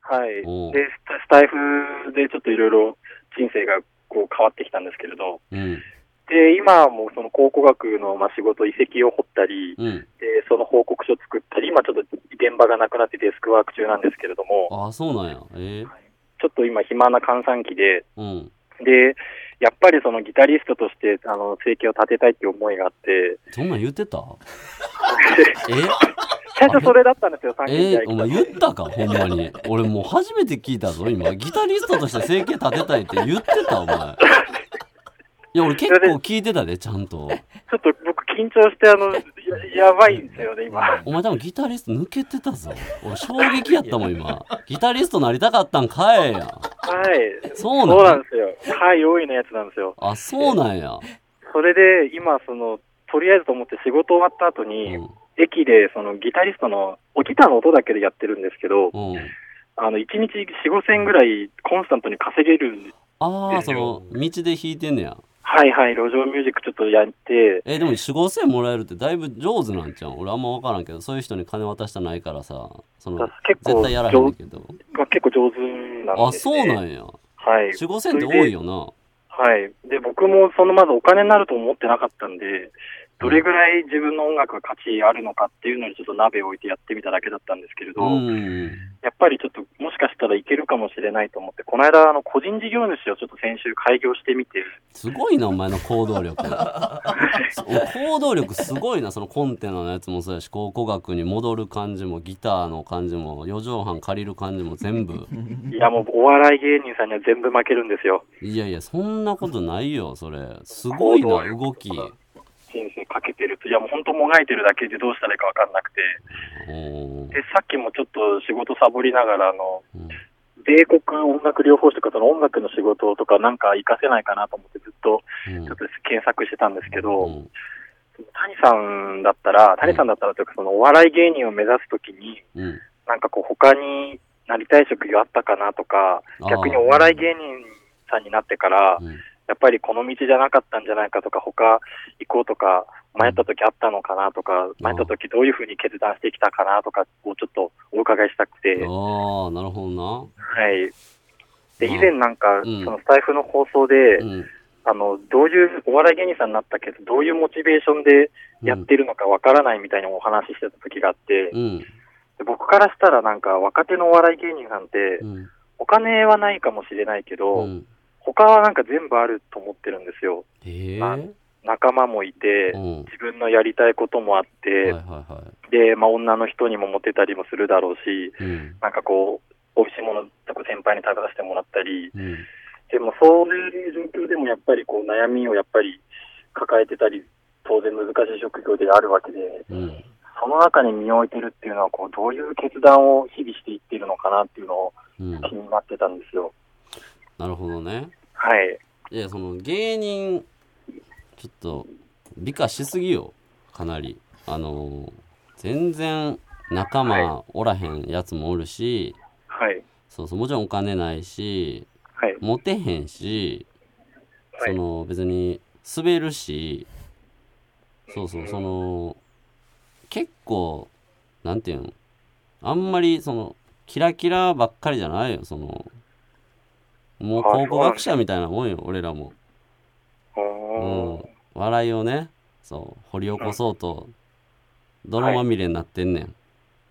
はい。 おうで、スタスタイフでちょっといろいろ人生がこう変わってきたんですけれど、 うんで、今はもうその考古学のまあ仕事、遺跡を掘ったり、 うんで、その報告書を作ったり、今ちょっと現場がなくなってデスクワーク中なんですけれども、 ああそうなんやえー、 ちょっと今暇な閑散期で、 うんで、やっぱりそのギタリストとして、あの、生計を立てたいっていう思いがあって、 そんなん言ってたえ最初それだったんですよ、さんえー、お前言ったかほんまに俺もう初めて聞いたぞ今ギタリストとして生計立てたいって言ってたお前いや俺結構聞いてたでちゃんとちょっと僕緊張して、あの、ややばいんですよね、今。 お前多分ギタリスト抜けてたぞ俺衝撃やったもん今ギタリストなりたかったんかえやんはい。 そうなんそうなんですよ。はい、多いのやつなんですよ。 あそうなんやそれで、今、その、とりあえずと思って仕事終わった後に、 うん駅で、その、ギタリストの、おギターの音だけでやってるんですけど、 うんあの、いちにちよん、ごせんぐらいコンスタントに稼げる。 ああその道で弾いてんねやはいはい、路上ミュージックちょっとやって、 えでもよん、ごせんもらえるってだいぶ上手なんちゃうん俺あんま分からんけどそういう人に金渡したないからさその結構絶対やらへんねんけどまあ、結構上手なんです、ね。 あそうなんやはい。 よん、ごせんって多いよなはい。で、僕もそのまずお金になると思ってなかったんで、どれぐらい自分の音楽が価値あるのかっていうのにちょっと鍋を置いてやってみただけだったんですけれど、 うんやっぱりちょっともしかしたらいけるかもしれないと思って、この間あの個人事業主をちょっと先週開業してみて、 すごいなお前の行動力行動力すごいなそのコンテナのやつもそうやし考古学に戻る感じもギターの感じもよ畳半借りる感じも全部いやもうお笑い芸人さんには全部負けるんですよ。 いやいやそんなことないよそれすごいな動き人生かけてると、いやもう本当もがいてるだけでどうしたらいいかわかんなくて、 おーで、さっきもちょっと仕事サボりながら、あの、 うん米国音楽療法士とかその音楽の仕事とかなんか活かせないかなと思ってずっとうんちょっと検索してたんですけど、 うん谷さんだったら、谷さんだったらというかそのお笑い芸人を目指すときに、 うんなんかこう他になりたい職業あったかなとか、 あー逆にお笑い芸人さんになってから、 うんやっぱりこの道じゃなかったんじゃないかとか、他行こうとか、迷った時あったのかなとか、迷った時どういうふうに決断してきたかなとかをちょっとお伺いしたくて、 ああなるほどはい。で、 うん以前なんか、 うんそのスタイフの放送で、 なうんあの、どういう、お笑い芸人さんになったけど、どういうモチベーションでやってるのかわからないみたいなお話ししてた時があって、 うんで僕からしたらなんか若手のお笑い芸人さんって、 うんお金はないかもしれないけど、 うん他はなんか全部あると思ってるんですよ。 ええまあ仲間もいて、 うん自分のやりたいこともあって、 はいはいはで、まあ女の人にもモテたりもするだろうし、 いうんなんかこう、美味しいものとか先輩に食べさせてもらったり、 うんでもそういう状況でもやっぱりこう悩みをやっぱり抱えてたり、当然難しい職業であるわけで、 うんその中に身を置いてるっていうのはこう、どういう決断を日々していっているのかなっていうのをうん気になってたんですよ。 なるほどねはい。 いやその芸人ちょっと美化しすぎよかなりあの全然仲間おらへんやつもおるし、 はい。 そうそうもちろんお金ないしはい。 モテへんし、 はいその別に滑るしそうそうその結構なんていうのあんまりそのキラキラばっかりじゃないよそのもう考古学者みたいなもんよ俺らも、うおーん、笑いをねそう掘り起こそうと泥まみれになってんねん、 うん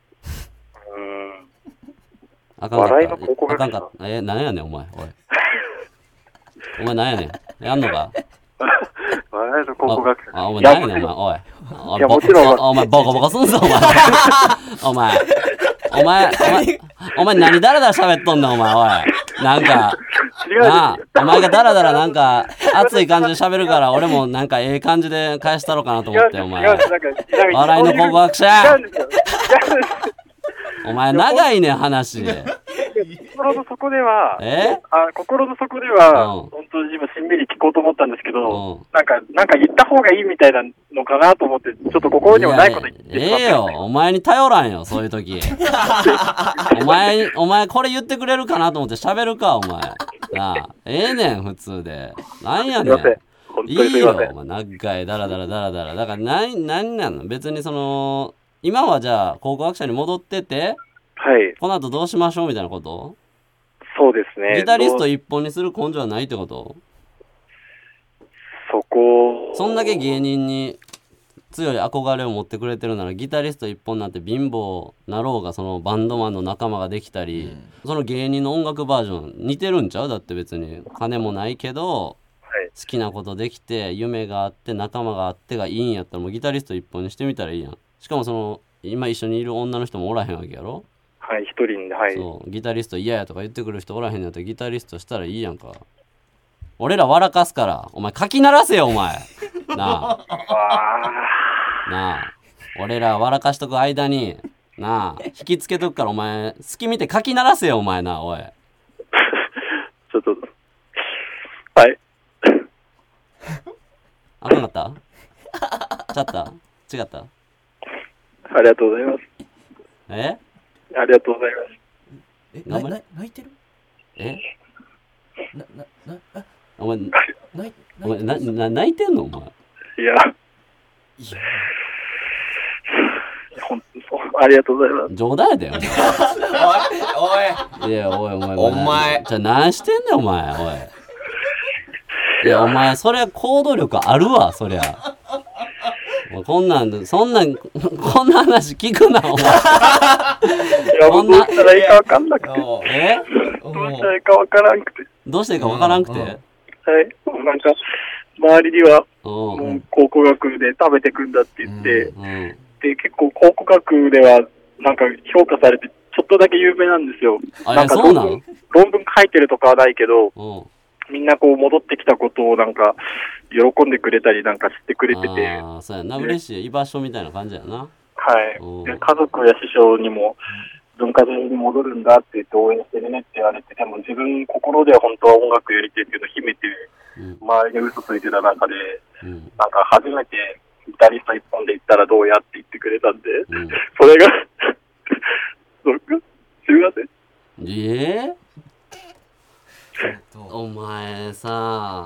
あかんかった笑いの考古学者あかんかったえなんやねんお前おいお前なんやねんやんのか笑いの考古学者。 あ、お前いや何やねん、お前、おい。おいやぼもちろんおお前、ボコボコすんぞ、お前。お前、お前、お前、お前何ダラダラ喋っとんねん、お前、おい。なんか、 違うなあ、お前がダラダラなんか、熱い感じで喋るから、俺もなんかええ感じで返したろかなと思って、お前違うん。です、違うんです。なんか笑いの考古学者違うんですよ。違うんです。 お前、長いねん、話。 心の底では、 えあ心の底では、 うん本当に今しんみり聞こうと思ったんですけど、 うんなんか、なんか言った方がいいみたいなのかなと思って、ちょっと心にもないこと言ってしまったんですいやええよ、お前に頼らんよ、そういう時。お前、お前これ言ってくれるかなと思って喋るか、お前。なあ、ええねん、普通で。なんやねん。 すいません。本当いにすいよ、 いません。 お前、長い、だらだらだらだら。だから、何、何なの別にその、今はじゃあ、考古学者に戻ってて、 はい。 この後どうしましょうみたいなこと？ そうですね。 ギタリスト一本にする根性はないってこと？ そこ。 そんだけ芸人に強い憧れを持ってくれてるなら、ギタリスト一本なんて貧乏なろうが、そのバンドマンの仲間ができたり、うん、その芸人の音楽バージョン似てるんちゃう？だって別に金もないけど、はい、好きなことできて夢があって仲間があってがいいんやったら、もうギタリスト一本にしてみたらいいやん。しかもその今一緒にいる女の人もおらへんわけやろ？ はい、一人で、はい。 そう、ギタリスト嫌やとか言ってくる人おらへんやったらギタリストしたらいいやんか。俺ら笑かすから、お前書き鳴らせよお前。なあ。なあ。俺ら笑かしとく間に、なあ、引きつけとくからお前、隙見て書き鳴らせよお前な、おい。 ちょっと、はい。 あかんかったちゃった違った？ ありがとうございます。 え？ ありがとうございます。 え、な、な、泣いてる？ え？ な、な、な、あ、 お前、 泣い、 お前、な、な、泣いてんのお前。 いや。いや。ほんと、ありがとうございます。 冗談やで、お前。 おい、おい。 いや、おい、お前。 お前。 じゃあ、何してんねん、お前、おい。いや、お前、そりゃ行動力あるわ、そりゃ。こんなん、そんなん、こんな話聞くな、お前。 いや、もうどうしたらいいか分かんなくて。 え？ どうしたらいいか分からんくて。 どうしていいか分からんくて？はい。 なんか、周りには、もう考古学で食べてくんだって言って、うんうん、で、結構考古学では、なんか評価されて、ちょっとだけ有名なんですよ。 あ、 なんかそうなの？ 論文書いてるとかはないけど、 うん、 みんなこう戻ってきたことをなんか喜んでくれたりなんかしてくれてて、 ああ、そうやな、嬉しい居場所みたいな感じやな。 はい。で、家族や師匠にも文化人に戻るんだって言って応援してるねって言われて、でも自分心では本当は音楽やりたいっていうのを秘めて、うん、周りで嘘ついてた中で、うん、なんか初めてギタリスト一本で行ったらどうやって言ってくれたんで、うん、それがそうか、すみません。 えー、お前さ、 はい。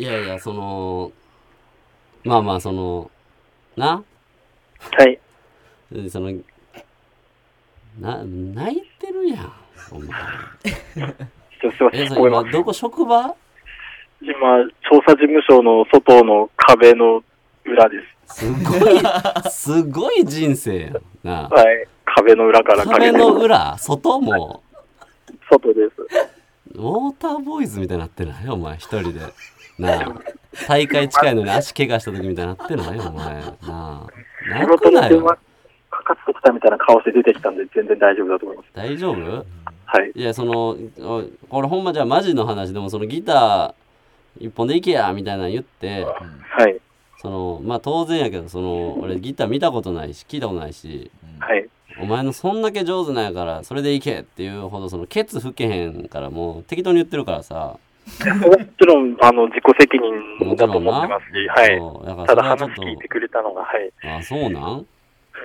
いやいや、そのまあまあそのな、 はい。 そのな泣いてるやん、お前。え、それ今どこ職場？ 今調査事務所の外の壁の裏です。 すごいすごい人生やな。 はい。壁の裏から壁の裏、外も外です。 ウォーターボーイズみたいになってないお前一人でなあ。大会近いのに足怪我した時みたいになってないお前なあ。泣くなよ。 かかってきたみたいな顔して出てきたんで全然大丈夫だと思います。 大丈夫？ はい。 いや、そのこれほんまじゃあマジの話でも、そのギター一本でいけやみたいなの言って、 はい。 そのまあ当然やけど、その俺ギター見たことないし聞いたことないし、 はい。 お前のそんだけ上手なんやからそれでいけっていうほど、そのケツ吹けへんからもう適当に言ってるからさ。 もちろんあの自己責任だと思ってますし、はい。 だからただ話聞いてくれたのが、はい。 あ、そうなん？ はい、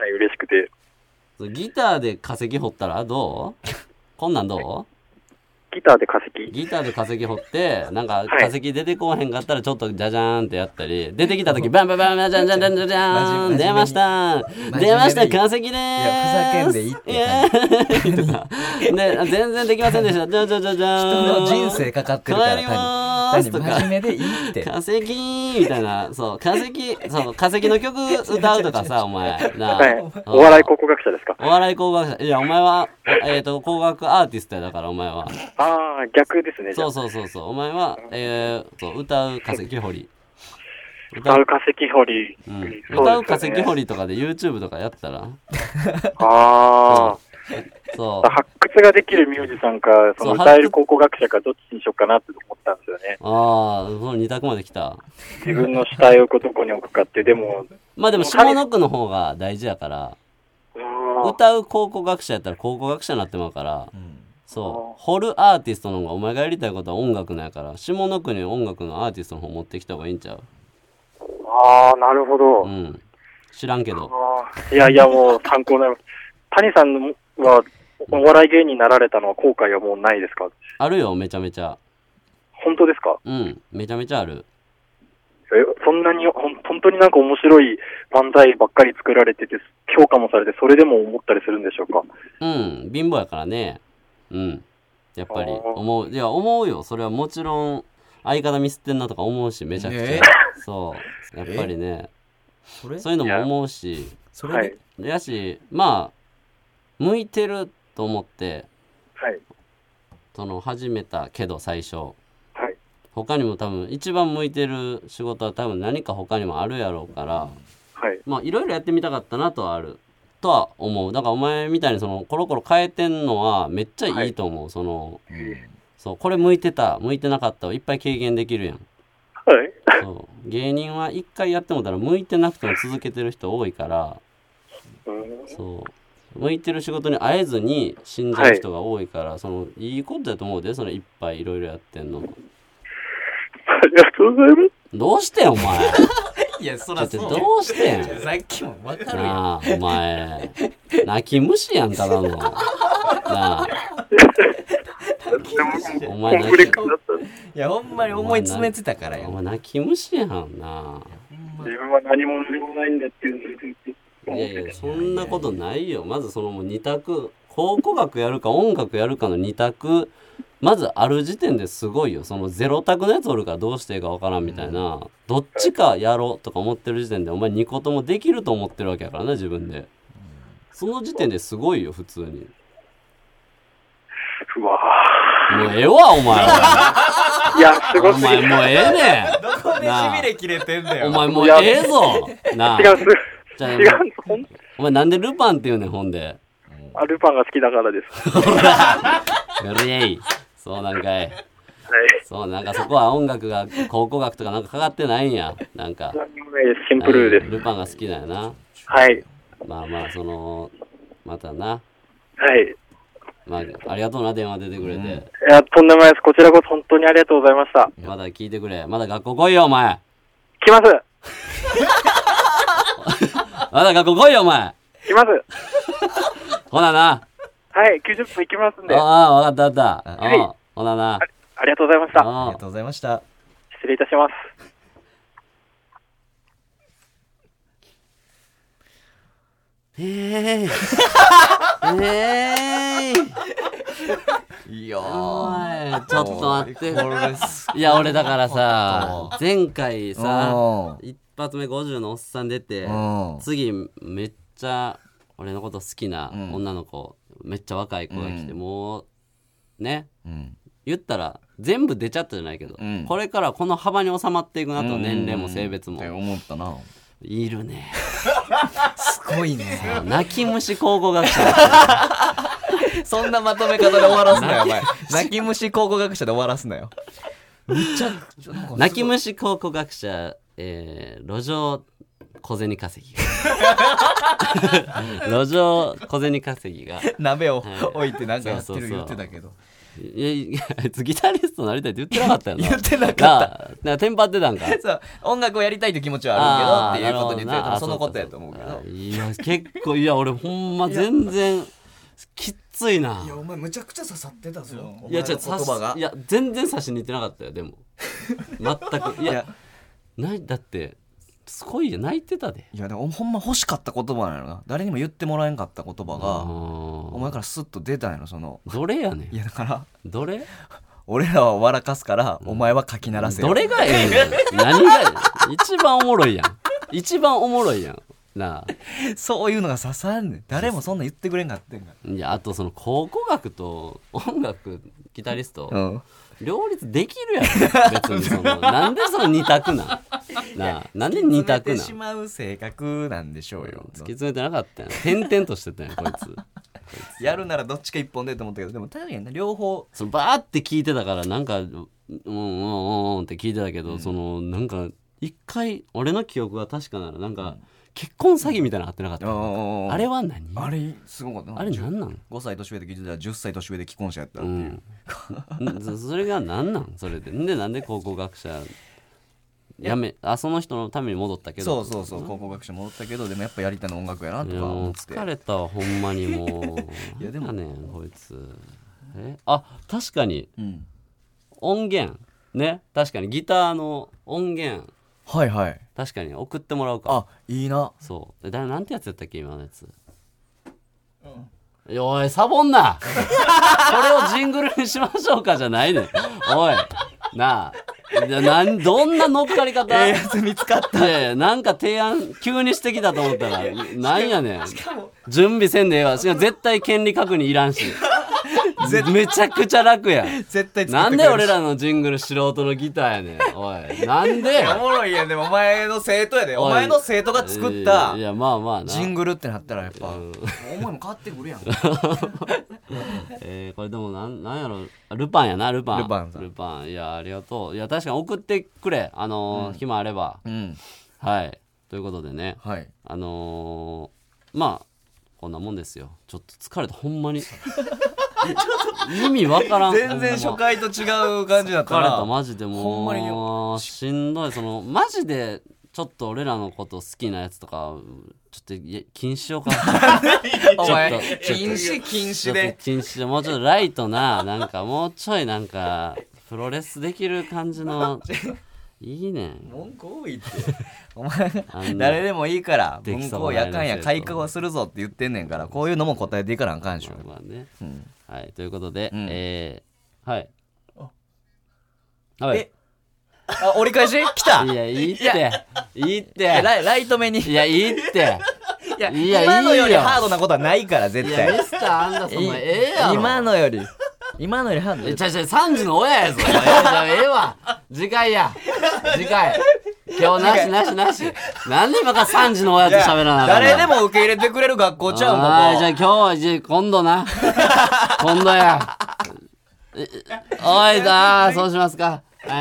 嬉しくて。 ギターで化石掘ったらどう？こんなんどう？ ギターで化石？ ギターで化石掘ってなんか化石出てこうへんかったらちょっとジャジャーンってやったり、出てきた時バンバンバンバンジャンジャンジャンジャンジャン出ました出ました化石でーす。いやふざけんでいいってとかで全然できませんでした。じゃじゃじゃじゃ人の人生かかってるから帰りまーすとか真面目でいいって化石みたいな、そう化石、そう化石の曲歌うとかさ、お前な、 はい、お笑い考古学者ですか？ お笑い考古学者、いやお前はえっ、ー、と工学アーティストやだからお前は。 ああ、逆ですね。 そうそうそうそう、お前は、えー、そう歌う化石掘り、 歌う化石掘り、 うんね、歌う化石掘りとかで YouTube とかやったらああ、 そう発掘ができるミュージシャンか、その歌える考古学者かどっちにしようかなって思ったんですよね。 ああ、その二択まで来た。 自分の死体をどこに置くかって、でもまあでも下の句の方が大事やから、歌う考古学者やったら考古学者になってまうから、うん、そう掘るアーティストの方が、お前がやりたいことは音楽なんやから、下の句に音楽のアーティストの方持ってきた方がいいんちゃう？ ああ、なるほど。 うん、知らんけど。 いやいや、もう参考になります。谷さんはお笑い芸人になられたのは後悔はもうないですか？ あるよ、めちゃめちゃ。 本当ですか？ うん、めちゃめちゃある。 え、 そんなにほん本当になんか面白い漫才ばっかり作られてて評価もされて、それでも思ったりするんでしょうか。 うん貧乏やからね。うんやっぱり思う。いや思うよ、それはもちろん。相方ミスってんなとか思うし、めちゃくちゃ、 えー、 そうやっぱりね、 それそういうのも思うし、 それで、 はい、 やしまあ向いてると思って、 はい、 その始めたけど最初、 はい、 他にも多分一番向いてる仕事は多分何か他にもあるやろうから、 はい、 まあいろいろやってみたかったなとはあるとは思う。だからお前みたいにそのコロコロ変えてんのはめっちゃいいと思う、はい、その、うん、そうこれ向いてた向いてなかったをいっぱい経験できるやん。 はい、 そう芸人は一回やってもたら向いてなくても続けてる人多いから、 うん、 そう向いてる仕事に会えずに死んじゃう人が多いから、はい、そのいいことだと思うで、そのいっぱいいろいろやってんの。 ありがとうございます。 どうしてんお前いやそらそうどうしてんさっきも分かるやん。 なあお前泣き虫やんただのなあお前泣きいやほんまに思い詰めてたからよ。 お前泣き虫やんな。 自分は何も何もないんだっていういやいやそんなことないよ。まずそのもう二択、考古学やるか音楽やるかの二択まずある時点ですごいよ。そのゼロ択のやつおるからどうしていいかわからんみたいな、どっちかやろうとか思ってる時点でお前に個ともできると思ってるわけやからな自分で。その時点ですごいよ普通に。 うわもうええわお前いやすごお前もうええねん。 どこでしびれ切れてんだよ。 お前もうええぞなあ。 違うじゃあ違うお前なんでルパンって言うねんほんで。 あルパンが好きだからです。 ほらグレイそうなんかい。 はい、 そうなんかそこは音楽が考古学とかなんかかかってないんや。なんかシンプルです。 ルパンが好きだよな。 はい。 まあまあそのまたな。 はい。 まあありがとうな電話出てくれて。うん、いやとんでもないです。こちらこそ本当にありがとうございました。 まだ聞いてくれ。まだ学校来いよお前。 来ます。 まだ学校来いよお前。 来ます。 ほなな。 はい、きゅうじゅっぷん行きますんで。 ああ、わかったわかった。 はい。 ほなな。 あ、ありがとうございました。 ありがとうございました。 失礼いたします。 えー、えー、 いやーちょっと待って。いや俺だからさ前回さ一発目ごじゅうのおっさん出て次めっちゃ俺のこと好きな女の子、うん、めっちゃ若い子が来て、うん、もうね、うん、言ったら全部出ちゃったじゃないけど、うん、これからこの幅に収まっていくなと、うん、年齢も性別もって思ったな。 いるねすごいね。 泣き虫考古学者そんなまとめ方で終わらすなよお前。泣き虫考古学者で終わらすなよ。めちゃくちゃ泣き虫考古学者、えー、路上小銭稼ぎ路上小銭稼ぎが鍋を置いてなんかやってる言ってたけど、 いやいやあいつギタリストになりたいって言ってなかったよな。 言ってなかった。 なんかテンパってたんか。 そう音楽をやりたいという気持ちはあるけどっていうことで言ってた。そのことやと思うけど。 いや結構いや俺ほんま全然きついな。 いやお前むちゃくちゃ刺さってたぞ。 いやじゃ言葉がいや全然刺しに行ってなかったよでも全くいやないだってすごいよ泣いてたで。 いやでもほんま欲しかった言葉なのな。誰にも言ってもらえんかった言葉がお前からスッと出たんやろ。そのどれやねん。 いやだからどれ俺らは笑かすからお前は書き鳴らせよ。 どれがええねん何が一番おもろいやん一番おもろいやんなあ。 そういうのが刺さんねん。誰もそんな言ってくれんかってんか。 いやあとその考古学と音楽ギタリスト、うん、両立できるやろ別にそのなんでその二択なんなあなんで二択なん突き詰めてしまう性格なんでしょうよ。 突き詰めてなかったやん点々としてたやんこいつやるならどっちか一本でと思ったけどでも確かに両方そのバーって聞いてたからなんかうんうんうんうんって聞いてたけど、うん、そのなんか一回俺の記憶が確かならなんか、うん結婚詐欺みたいなのあってなかった、うん、あれは何あれすごかったな。 あれ何なんごさい年上で聞いてたらじゅっさい年上で既婚者やったっていう、 うん、それが何なんそれででなんで考古学者やめあその人のために戻ったけどそうそうそう考古学者戻ったけどでもやっぱやりたいの音楽やなとか思って疲れたわほんまにもういやでもねこいつえあ確かに、うん、音源ね確かにギターの音源はいはい。 確かに送ってもらうか。 あ、いいな。 そうだ、なんてやつやったっけ今のやつ、うん、おいサボんなこれをジングルにしましょうかじゃないねん。おいなあ、なんどんな乗っかり方。 ええやつ見つかった。 いやいや、なんか提案急にしてきたと思ったらなんやねん。準備せんでええわ。しかも絶対権利確認いらんしめちゃくちゃ楽やん。 絶対なんで俺らのジングル素人のギターやねん。おいなんでおもろいやん。でもお前の生徒やで。お前の生徒が作ったいやまあまあなジングルってなったらやっぱ、うん、思いも変わってくるやんえー、これでもなん、なんやろ、ルパンやな、ルパン。 ルパンさん。 ルパン。いや、ありがとう。いや、確かに送ってくれ。あのーうん、暇あれば、 うん。 はい。ということでね。 はい。 あのー、まあ、こんなもんですよ。ちょっと疲れた、ほんまに。意味わからん。 全然初回と違う感じだったな。 疲れた、マジでもう。 ほんまによ。 しんどい。その、マジで、ちょっと俺らのこと好きなやつとかちょっといや禁止しようかお前禁止禁止で禁止でもうちょっとライトななんかもうちょいなんかプロレスできる感じのいいねん。 文句多いってお前誰でもいいから文句をやかんや開花をするぞって言ってんねんから、こういうのも答えていかなあかんしょ。 まあね、 うん、 はいということで、うん、えー、はいはいあ、折り返し来た。 いや、いいって。いいって。 ライ、ライト目に。 いや、いいって。 いや、いや今のよりハードなことはないから、絶対。 いや、ミスターアンダーソンもええやろ。 今のより。今のよりハード。 ちゃちゃ、さんじの親やぞ。じゃあ、ええわ。次回や。次回。今日なしなしなし。なんで今からさんじの親と喋らなあかんの。 誰でも受け入れてくれる学校ちゃうんか。あ、じゃあ今日は、じゃ今度な。今度や。おいだ、そうしますか。はい。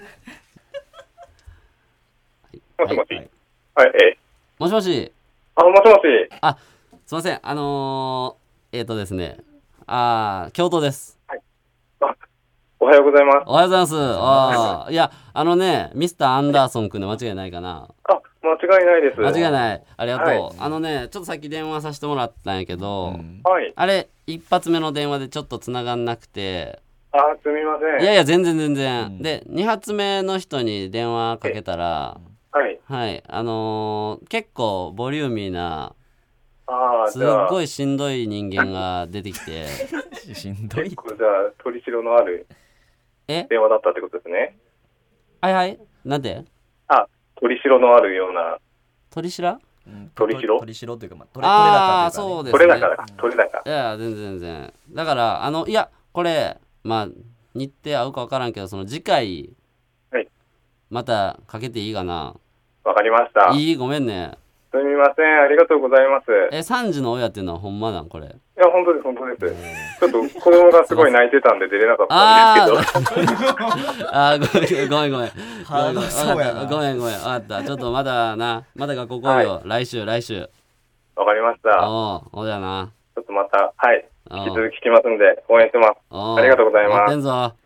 もしもし。はい、えもしもし。 あ、もしもし。 あ、すいません。あのー、えっ、ー、とですね。あー、教頭です。 はい。あ、おはようございます。 おはようございます。あー、いや、あのね、ミスターアンダーソン君で間違いないかな。 あ、間違いないです。 間違いない。ありがとう。 はい、 あのね、ちょっとさっき電話させてもらったんやけど、うん、 はい。 あれ、一発目の電話でちょっと繋がんなくて、 あ、すみません。 いやいや、全然全然。うん、で、二発目の人に電話かけたら、はい、はい、あのー、結構ボリューミーな、 あすっごいしんどい人間が出てきてしんどい結構じゃあ取り代のある電話だったってことですね。 はいはい、なんで？ あ、取り代のあるような。 取り代？ うん、取り代？ 取り代というか、まあ、 取れ高というか、ね、そうですね。 取れ高か、取れ高。 いや全然全然。だからあのいやこれまあ日程合うか分からんけど、その次回、 はい、 またかけていいかな。 わかりました。 いい、ごめんね。 すみません、ありがとうございます。 え、さんじの親っていうのはほんまなんこれ？いや、本当です、本当です。ちょっと子供がすごい泣いてたんで出れなかったんですけど。 あー、ごめん、ごめん、ごめん。 ハードそうやな。 ごめん、ごめん、わかった。ちょっとまだな、まだ学校来いよ。はい、来週、来週。 わかりました。 おう、そうだな。 ちょっとまた、はい。引き続き聞きますんで、応援してます。ありがとうございます。 やってんぞ。 はい。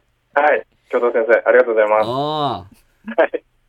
教頭先生、ありがとうございます。 おはい。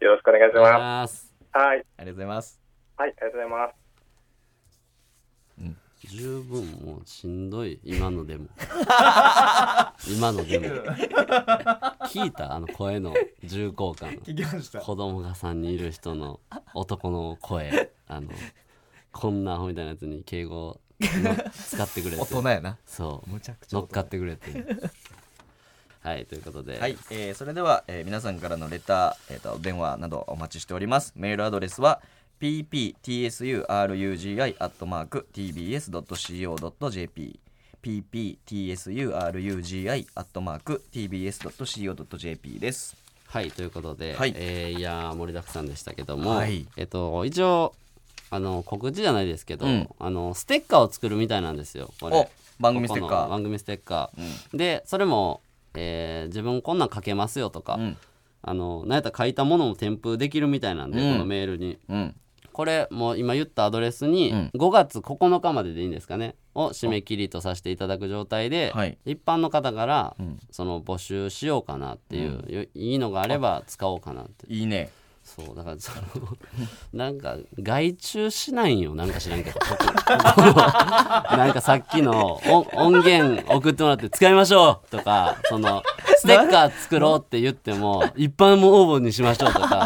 よろしくお願いします。はい。 ありがとうございます。 はい、ありがとうございます。 うん、十分もうしんどい、今のでも今のでも聞いたあの声の重厚感。 聞きました。 子供がさんにんいる人の男の声、あのこんなアホみたいなやつに敬語使ってくれて、 大人やな。 そうむちゃくちゃ乗っかってくれてはい、ということで、 はい、えー、それでは、えー、皆さんからのレター、えーと、電話などお待ちしております。メールアドレスは ピーピーティーエスユーアールユージーアイ アットマーク ティービーエスドットシーオードットジェーピー ピーピーティーエスユーアールユージーアイ アットマーク ティービーエスドットシーオードットジェーピー です。 はい、ということで、 はい、 えー、いや盛りだくさんでしたけども、 はい、 えっと一応あの告知じゃないですけど、 うん、 あのステッカーを作るみたいなんですよ。これお番組ステッカー、 番組ステッカー、うん、でそれも、えー、自分こんなん書けますよとか、うん、あのなんやったら書いたものも添付できるみたいなんで、うん、このメールに、うん、これもう今言ったアドレスにごがつここのかまででいいんですかねを締め切りとさせていただく状態で、はい、一般の方から、うん、その募集しようかなっていう、うん、いいのがあれば使おうかなって。 いいね。 そうだからそのなんか外注しないんよ、なんか知らんけどなんかさっきの音源送ってもらって使いましょうとか、そのステッカー作ろうって言っても一般も応募にしましょうとか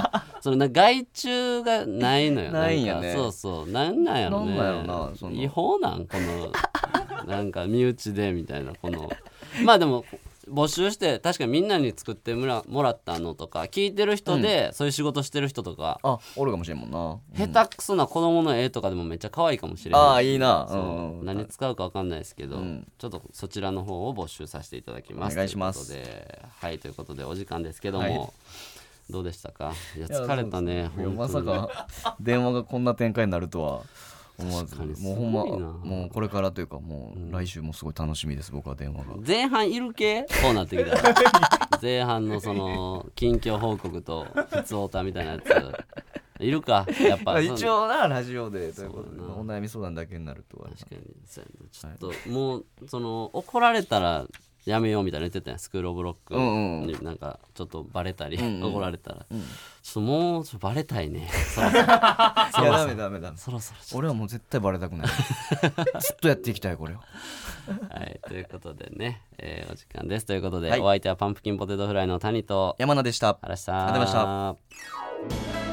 そのな害虫がないのよ。 ないんやね。 んかそうそうなんなんやろね。 なんなんやろなその違法なんこのなんか身内でみたいなこのまあでも募集して確かにみんなに作ってもらもらったのとか聞いてる人で、うん、そういう仕事してる人とかあおるかもしれんもんな、 うん、下手くそな子供の絵とかでもめっちゃ可愛いかもしれない。 ああいいな、 うんうん、何使うか分かんないですけど、うん、ちょっとそちらの方を募集させていただきます。 お願いします。 ということではいということでお時間ですけども、はい、どうでしたか。いや疲れたね。 いやまさか電話がこんな展開になるとは思わず、もうほんまもうこれからというかもう来週もすごい楽しみです、僕は電話が。 前半いる系こうなってきたら前半のその近況報告と普通オタみたいなやついるかやっぱ一応なラジオでということでお悩み相談だけになるとは確かにちょっと、はい、もうその怒られたらやめようみたいな言ってたやん。スクールオブロックになんかちょっとバレたり、うんうん、怒られたら、うん、ちょっともうちょっとバレたいね。そろそろいやダメダメダメ。 そろそろ俺はもう絶対バレたくないずっとやっていきたいこれをはいということでね、えー、お時間ですということで、はい、お相手はパンプキンポテトフライの谷と山名でした。 ありがとうございました。 ありがとうございました。